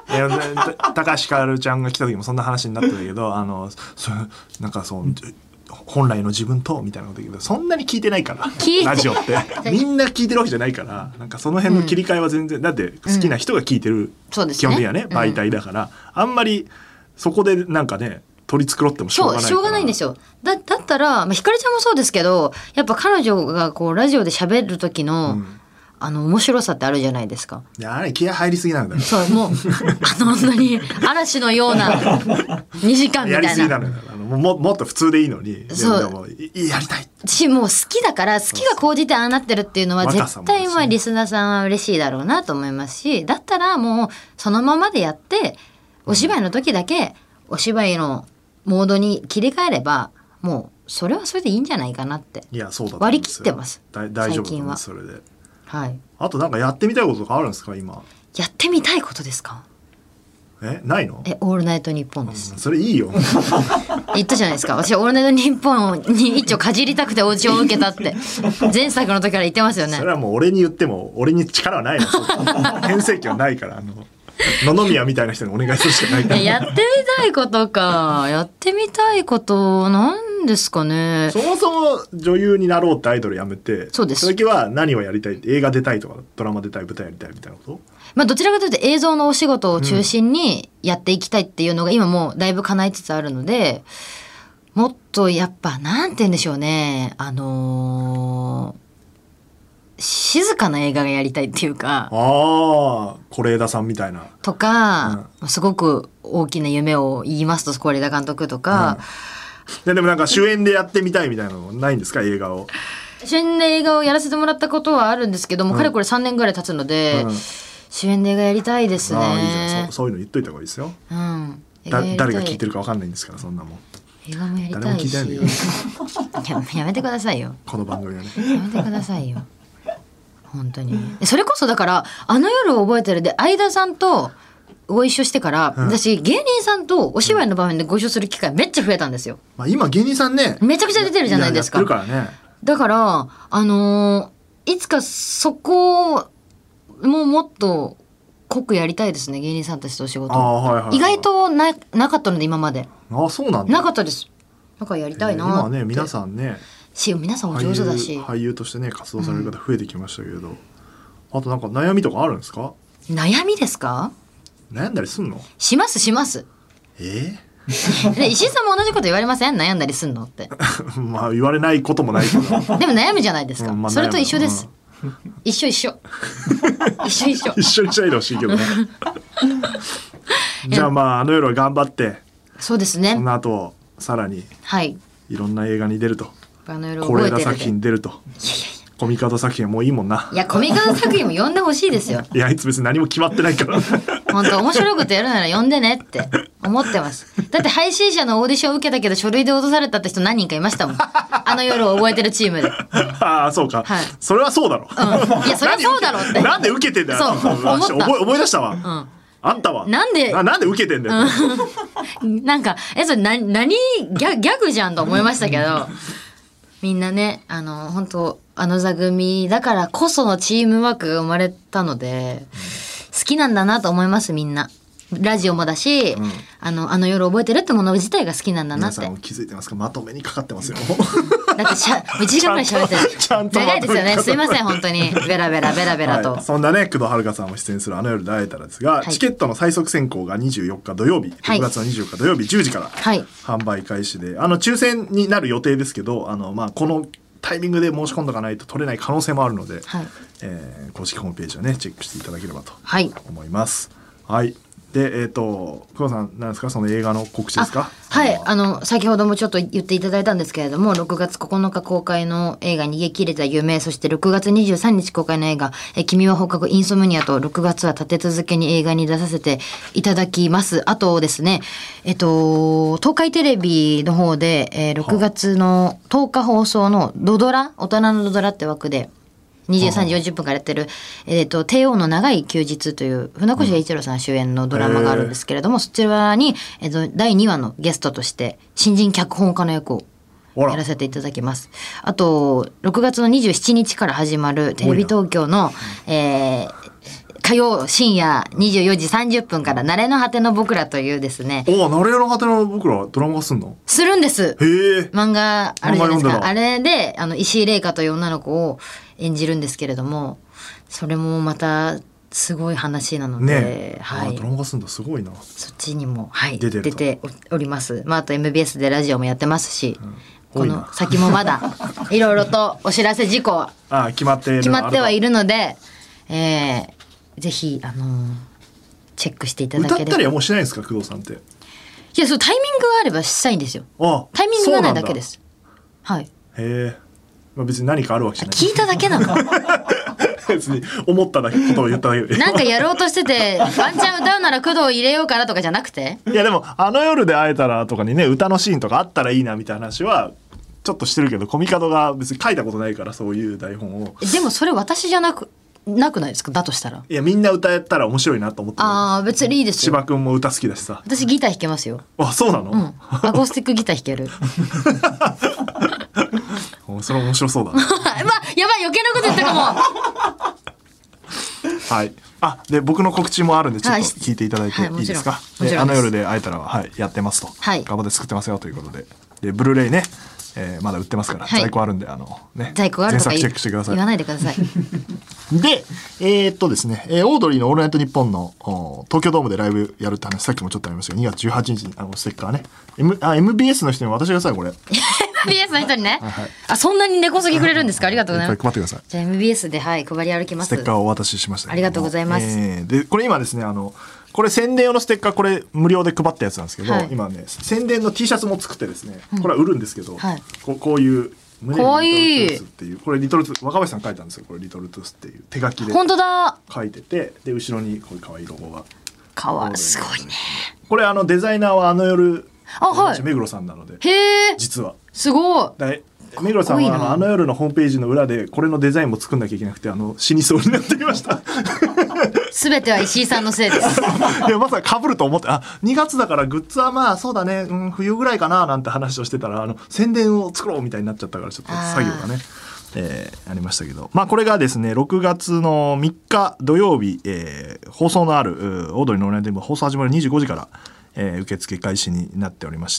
Speaker 1: 高橋ひかるちゃんが来た時もそんな話になってたけど、なんか本来の自分とみたいなこと言うけど、そんなに聞いてないからラジオってみんな聞いてるわけじゃないから、なんかその辺の切り替えは全然、だって好きな人が聞いてる、基本的にはね媒体だから、あんまりそこでなんかね取り繕ってもしょうがないから。
Speaker 2: しょうがないんですよ。だったら、ひかりちゃんもそうですけど、やっぱ彼女がこうラジオで喋る時の、面白さってあるじゃないですか。
Speaker 1: いや、あれ気合入りすぎなんだよ。
Speaker 2: そう、もう本当に嵐のような2時間みたいな。
Speaker 1: やりすぎなのよ。もっと普通でいいのに。
Speaker 2: そう
Speaker 1: でもやりたい。
Speaker 2: 私もう好きだから、好きが高じてああなってるっていうのは絶対まあリスナーさんは嬉しいだろうなと思いますし、だったらもうそのままでやって、お芝居の時だけお芝居のモードに切り替えれば、もうそれはそれでいいんじゃないかなって。
Speaker 1: いや、そうだと思
Speaker 2: 割り切ってます。
Speaker 1: 大丈夫だと思います、それで。
Speaker 2: はい。
Speaker 1: あとなんかやってみたいこととかあるんですか今。
Speaker 2: やってみたいことですか。
Speaker 1: ないの？
Speaker 2: オールナイトニッポンです。
Speaker 1: それいいよ。
Speaker 2: 言ったじゃないですか。私オールナイトニッポンに一応かじりたくてオーディションを受けたって前作の時から言ってますよね。
Speaker 1: それはもう俺に言っても俺に力はないの。変声期はないから、野々宮みたいな人にお願いするしかないから。
Speaker 2: やってみたいことか。やってみたいことなんですかね。
Speaker 1: そもそも女優になろうってアイドルやめて、
Speaker 2: そうです。
Speaker 1: その時は何をやりたいって、映画出たいとかドラマ出たい、舞台やりたいみたいなこと？
Speaker 2: まあどちらかというと映像のお仕事を中心にやっていきたいっていうのが今もうだいぶ叶いつつあるので、もっとやっぱなんて言うんでしょうね、静かな映画がやりたいっていうか、
Speaker 1: 是枝さんみたいな
Speaker 2: とか、すごく大きな夢を言いますと是枝監督とか、
Speaker 1: でもなんか主演でやってみたいみたいなのないんですか？映画を
Speaker 2: 主演で映画をやらせてもらったことはあるんですけども、かれこれ3年ぐらい経つので、主演で映画やりたいですね。
Speaker 1: いいじゃん、そういうの言っといた方がいいですよ。誰が聞いてるか分かんないんですから、そんなもん。
Speaker 2: 映画もやりたいし。誰も聞いてないんだよ。やめてくださいよ。
Speaker 1: この番組はね。
Speaker 2: やめてくださいよ。本当に。それこそだから夜を覚えてるで相田さんとご一緒してから、私芸人さんとお芝居の場面でご一緒する機会めっちゃ増えたんですよ。
Speaker 1: 今芸人さんね、
Speaker 2: めちゃくちゃ出てるじゃないですか。
Speaker 1: やってるからね。
Speaker 2: だからいつかそこももっと濃くやりたいですね、芸人さんたちとお仕事。意外となかったので今まで。
Speaker 1: そうなんだ。
Speaker 2: なかったです。だからやりたいなって。
Speaker 1: 今ね皆さんね。
Speaker 2: 皆さんお上手だし。
Speaker 1: 俳優としてね活動される方増えてきましたけれど、あとなんか悩みとかあるんですか？
Speaker 2: 悩みですか？
Speaker 1: 悩んだりすんの？
Speaker 2: します。石井さんも同じこと言われません？悩んだりすんのって。
Speaker 1: まあ言われないこともないけど。
Speaker 2: でも悩むじゃないですか。それと一緒です。一緒。一緒に
Speaker 1: しないでほしいけどね。じゃあ夜は頑張って。
Speaker 2: そうですね。
Speaker 1: その後さらにいろんな映画に出ると。是枝作品に出ると。コミカド作品はもういいもんな。
Speaker 2: いやコミカド作品も呼んでほしいですよ。
Speaker 1: いやあいつ別に何も決まってないから。
Speaker 2: 本当面白いことやるなら呼んでねって思ってます。だって配信者のオーディションを受けたけど書類で落とされたって人何人かいましたもん。夜を覚えてるチームで。
Speaker 1: そうか、それはそうだろ。
Speaker 2: いやそれはそうだろって。
Speaker 1: なんで受けてんだよ。そう思い出したわ。あったわ。なんで受けてんだよ。
Speaker 2: なんかそれ何ギャグじゃんと思いましたけど。みんなね本当座組だからこそのチームワークが生まれたので、好きなんだなと思います。みんなラジオもだし、夜覚えてるってもの自体が好きなんだなって。
Speaker 1: 皆さんも気づいてますか？まとめにかかってますよ。
Speaker 2: だって1時間ぐらい喋ってる。長いですよね。すいません本当にベラベラと、
Speaker 1: そんなね工藤遥さんも出演する夜で会えたらですが、チケットの最速選考が24日土曜日、6月の24日土曜日10時から販売開始で、抽選になる予定ですけど、このタイミングで申し込んどかないと取れない可能性もあるので、公式ホームページをねチェックしていただければと思います。で久保さんなんですか、その映画の告知ですか？
Speaker 2: 先ほどもちょっと言っていただいたんですけれども、6月9日公開の映画逃げ切れた夢、そして6月23日公開の映画君は放課後インソムニアと6月は立て続けに映画に出させていただきます。あとですね東海テレビの方で、6月の10日放送のドドラ、大人のドドラって枠で23時40分からやってる、帝王の長い休日という船越英一郎さん主演のドラマがあるんですけれども、そちらに、第2話のゲストとして新人脚本家の役をやらせていただきます。あと6月の27日から始まるテレビ東京の、 火曜深夜24時30分から慣れの果ての僕らというですね。
Speaker 1: 慣れの果ての僕らドラマ化すんの？
Speaker 2: するんです。漫画あるじゃないですか。あれで石井玲香という女の子を演じるんですけれども、それもまたすごい話なので、
Speaker 1: ね、
Speaker 2: はい、
Speaker 1: ドラマ化すんだ、すごいな。
Speaker 2: そっちにも、はい、出ております。あと MBS でラジオもやってますし、この先もまだいろいろとお知らせ事項
Speaker 1: 決まって
Speaker 2: はいるので、ぜひチェックしていただければ。
Speaker 1: 歌ったりはもうしないんですか、工藤さんって？
Speaker 2: いや、そう、タイミングがあればしたいんですよ。タイミングがないだけです。はい。
Speaker 1: へえ。別に何かあるわけじゃない。
Speaker 2: 聞いただけなの。
Speaker 1: 別に思ったことを言っただけ。
Speaker 2: なんかやろうとしてて、ワンチャン歌うなら工藤入れようかなとかじゃなくて。
Speaker 1: いやでも夜で会えたらとかにね、歌のシーンとかあったらいいなみたいな話はちょっとしてるけど、コミカドが別に書いたことないから、そういう台本を。
Speaker 2: でもそれ私じゃなくないですか？だとしたら。
Speaker 1: いや、みんな歌えたら面白いなと思って。
Speaker 2: 別にいいですよ。
Speaker 1: 千葉くんも歌好きだしさ。
Speaker 2: 私ギター弾けますよ。
Speaker 1: そうなの？
Speaker 2: アコースティックギター弾ける。
Speaker 1: それ面白そうだな。
Speaker 2: やばい、余計なこと言ったかも。
Speaker 1: はい。で僕の告知もあるんで、ちょっと聞いていただいていいですか？夜で会えたらやってますと。頑張って作ってますよということで。でブルーレイね。まだ売ってますから、在庫あるんで
Speaker 2: 在庫あるとか
Speaker 1: チェックしてください。
Speaker 2: 言わないでください。
Speaker 1: でですね、オードリーのオールナイトニッポンの東京ドームでライブやるって話、さっきもちょっとありましたけど、2月18日にステッカーね、MBS の人に渡してください、これ。
Speaker 2: MBS の人にね、そんなに根こそぎくれるんですか？ありがとうございます。
Speaker 1: 配ってください。
Speaker 2: じゃあ MBS で配り歩きます。
Speaker 1: ステッカーをお渡ししました。
Speaker 2: ありがとうございます。
Speaker 1: でこれ今ですね、これ宣伝用のステッカー、これ無料で配ったやつなんですけど、今ね宣伝の T シャツも作ってですね、これは売るんですけど、こういう胸にリトルトゥースっていう、これリトルトゥース、若林さん書いたんですよ。これリトルトゥースっていう手書きで
Speaker 2: 本当だ
Speaker 1: 書いてて、で後ろにこういう可愛いロゴが。
Speaker 2: すごいね。
Speaker 1: これデザイナーは夜目黒さんなので、実は
Speaker 2: すごい。
Speaker 1: 目黒さんは夜のホームページの裏でこれのデザインも作んなきゃいけなくて死にそうになっていました。
Speaker 2: 全ては石井さんのせいです。
Speaker 1: いや、まさか被ると思って、2月だからグッズはそうだね、冬ぐらいかななんて話をしてたら宣伝を作ろうみたいになっちゃったから、ちょっと作業がねありましたけど、これがですね6月の3日土曜日、放送のあるオードリーのオンラインでも放送始まる25時から受付開始になっておりまして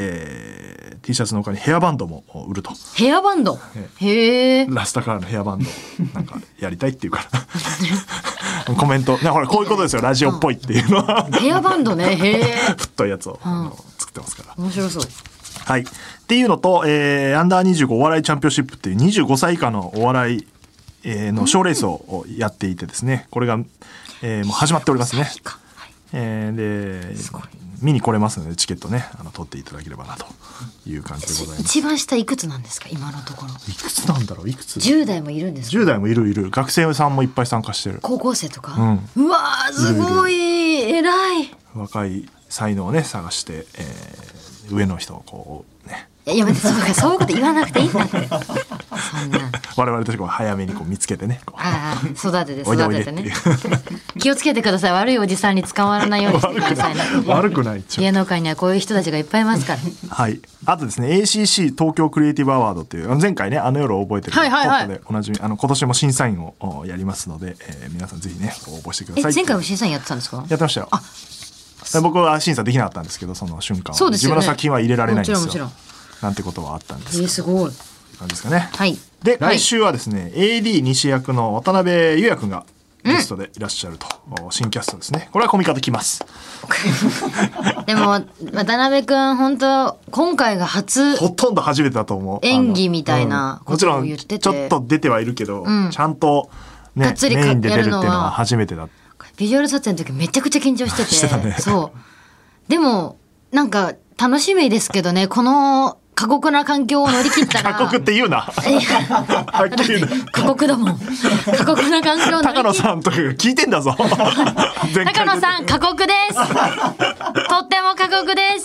Speaker 1: 、T シャツの他にヘアバンドも売ると。
Speaker 2: ヘアバンド、へえ。
Speaker 1: ラスタカラーのヘアバンドなんかやりたいっていうからコメントほら、こういうことですよ、ラジオっぽいっていうのは。
Speaker 2: ヘアバンドね、へえ。
Speaker 1: 太いやつを作ってますから。
Speaker 2: 面白そう。
Speaker 1: はい、っていうのと、アンダー25お笑いチャンピオンシップっていう25歳以下のお笑いの賞レースをやっていてですね、これがもう始まっておりますね。で見に来れますので、チケットね取っていただければなという感じでございます。
Speaker 2: 一番下いくつなんですか、今のところ？
Speaker 1: いくつなんだろう。いくつ
Speaker 2: ？10代もいるんですか？
Speaker 1: 10代もいる。学生さんもいっぱい参加してる。
Speaker 2: 高校生とか、うわー、すごい偉い。
Speaker 1: 若い才能をね探して、上の人をこうね。
Speaker 2: いや、待って、そういうこと言わなくていいんだって。そんな
Speaker 1: 我々として早めに見つけてね、
Speaker 2: 育ててね。気をつけてください。悪いおじさんに捕まらないようにしてくださいね。
Speaker 1: 悪くない。
Speaker 2: 芸能界にはこういう人たちがいっぱいいますから。
Speaker 1: はい。あとですね、ACC 東京クリエイティブアワードっていう前回ね夜を覚えてるトップでおなじみ今年も審査員をやりますので、皆さんぜひね応募してください。
Speaker 2: 前回も審査員やってたんですか？
Speaker 1: やってましたよ。僕は審査できなかったんですけど、その瞬間は自分の作品は入れられないんですよ。なんてことはあったんですけど。
Speaker 2: すごい
Speaker 1: 感じですかね。
Speaker 2: はい。
Speaker 1: で、来週はですね、AD 西役の渡辺裕也くんがゲストでいらっしゃると、新キャストですね。これはコミカド来ます。
Speaker 2: でも渡辺くん本当今回が
Speaker 1: ほとんど初めてだと思う。
Speaker 2: 演技みたいなことを言ってて、
Speaker 1: もちろんちょっと出てはいるけど、ちゃんとねメインで出るっていうのは初めてだ。
Speaker 2: ビジュアル撮影の時めちゃくちゃ緊張してて、そうでもなんか楽しみですけどね、この過酷な環境を乗り切ったら。
Speaker 1: 過酷って言うな。はっきり言うな。
Speaker 2: 過酷だもん。過酷な環境を乗り切った。
Speaker 1: 高野さんとか聞いてんだぞ。
Speaker 2: 高野さん過酷です。とっても過酷です。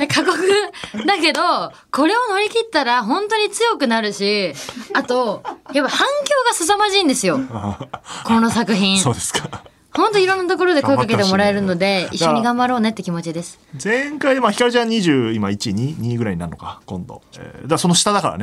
Speaker 2: 過酷だけど、これを乗り切ったら本当に強くなるし、あとやっぱ反響が凄まじいんですよ。この作品。
Speaker 1: そうですか。
Speaker 2: 本当いろんなところで声かけてもらえるので、一緒に頑張ろうねって気持ちです。
Speaker 1: 前回でひかるちゃん20今1位2位ぐらいになるのか今度。だからその下だからね。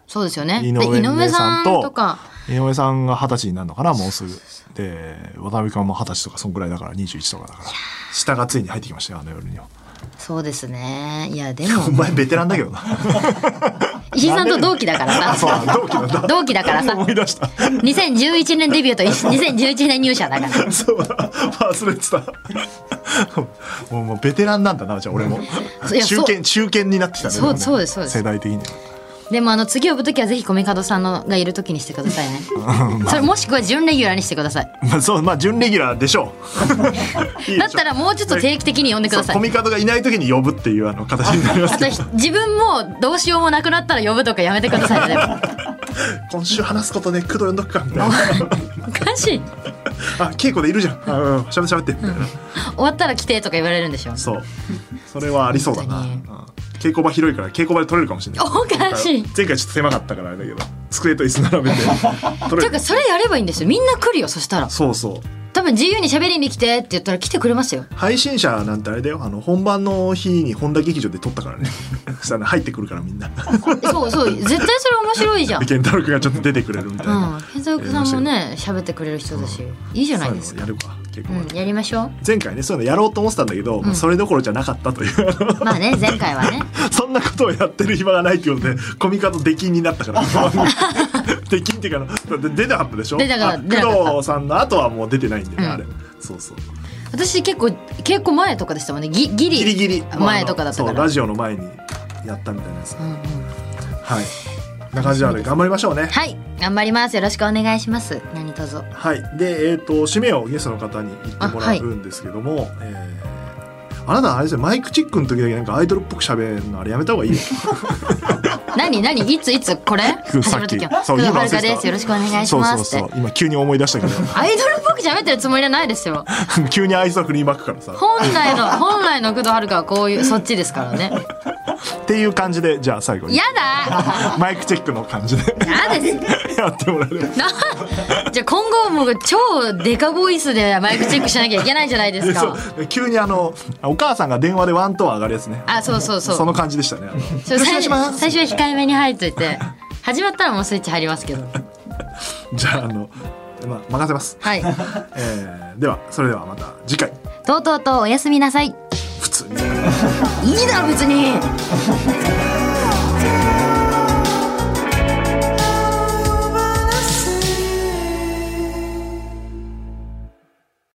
Speaker 2: そうですよね。
Speaker 1: 井上さんとか井上さんが20歳になるのかな、もうすぐで、渡辺君も20歳とかそんぐらいだから、21とかだから、下がついに入ってきましたよ、あの夜には。
Speaker 2: そうですね。いやでも
Speaker 1: お前ベテランだけどな
Speaker 2: 石井さんと同期だからさ同期だからさ、
Speaker 1: 思い出した
Speaker 2: 2011年デビューと2011年入社だから
Speaker 1: そう忘れてたもうベテランなんだな、じゃあ俺も中堅になってきたね。
Speaker 2: そうです
Speaker 1: 世代的には。
Speaker 2: でも次呼ぶときはぜひコミカドさんのがいるときにしてくださいねそれもしくは準レギュラーにしてください。
Speaker 1: 準レギュラーでしょう
Speaker 2: だったらもうちょっと定期的に呼んでください。
Speaker 1: コミカドがいないときに呼ぶっていう形になります
Speaker 2: あと自分もどうしようもなくなったら呼ぶとかやめてくださいね。でも
Speaker 1: 今週話すことね、工藤呼んどくかみたいな
Speaker 2: おかしい
Speaker 1: 稽古でいるじゃん、喋ってみたいな、終
Speaker 2: わったら来てとか言われるんでしょ。
Speaker 1: そう、それはありそうだな。稽古場広いから稽古場で撮れるかもしれない。
Speaker 2: おかしい。
Speaker 1: 前回ちょっと狭かったからあれだけど、机と椅子並べて撮れる。
Speaker 2: てかそれやればいいんですよ。みんな来るよ。そしたら
Speaker 1: そう
Speaker 2: 多分自由に喋りに来てって言ったら来てくれますよ。
Speaker 1: 配信者なんてあれだよ、本番の日に本田劇場で撮ったからね入ってくるからみんな
Speaker 2: そう絶対それ面白いじゃん。
Speaker 1: 健太郎君がちょっと出てくれるみたいな。
Speaker 2: 健太郎君さんもね喋ってくれる人だし、いいじゃないですか。
Speaker 1: やるか結構、
Speaker 2: やりましょう。
Speaker 1: 前回ねそういうのやろうと思ってたんだけど、それどころじゃなかったという
Speaker 2: まあね、前回はね
Speaker 1: そんなことをやってる暇がないっていうことでコミカド出禁になったから出禁っていうか出なかったでしょ。
Speaker 2: 出なかった。
Speaker 1: 工藤さんの後はもう出てないんでね、あれ。そう
Speaker 2: 私結構稽古前とかでしたもんね。ギリ前とかだったから、
Speaker 1: ラジオの前にやったみたいなやつ、はい。な感じなので頑張りましょうね。
Speaker 2: はい頑張ります。よろしくお願いします。何卒。
Speaker 1: はいで締めをゲストの方に言ってもらうんですけども、あなたあれですよ、マイクチックの時だけなんかアイドルっぽく喋るのあれやめた方がいいよ
Speaker 2: 何いつこれ始まる時は工藤遥です、よろしくお願いしますって。
Speaker 1: 今急に思い出したけど
Speaker 2: アイドルっぽく喋ってるつもりはないですよ
Speaker 1: 急に愛想振りまくからさ、
Speaker 2: 本来の工藤遥はこういうそっちですからね
Speaker 1: っていう感じで、じゃあ最後に
Speaker 2: やだ
Speaker 1: マイクチェックの感じで
Speaker 2: やです
Speaker 1: やってもらえる
Speaker 2: じゃあ今後も超デカボイスでマイクチェックしなきゃいけないじゃないですか
Speaker 1: 急にお母さんが電話でワントーン上がるやつね。
Speaker 2: そう
Speaker 1: その感じでしたね。
Speaker 2: 最初は控えめに入っといて始まったらもうスイッチ入りますけど
Speaker 1: じゃあ任せます。
Speaker 2: はい、
Speaker 1: ではそれではまた次回。
Speaker 2: とうとうとおやすみなさい。
Speaker 1: 普通に
Speaker 2: いいだろ別に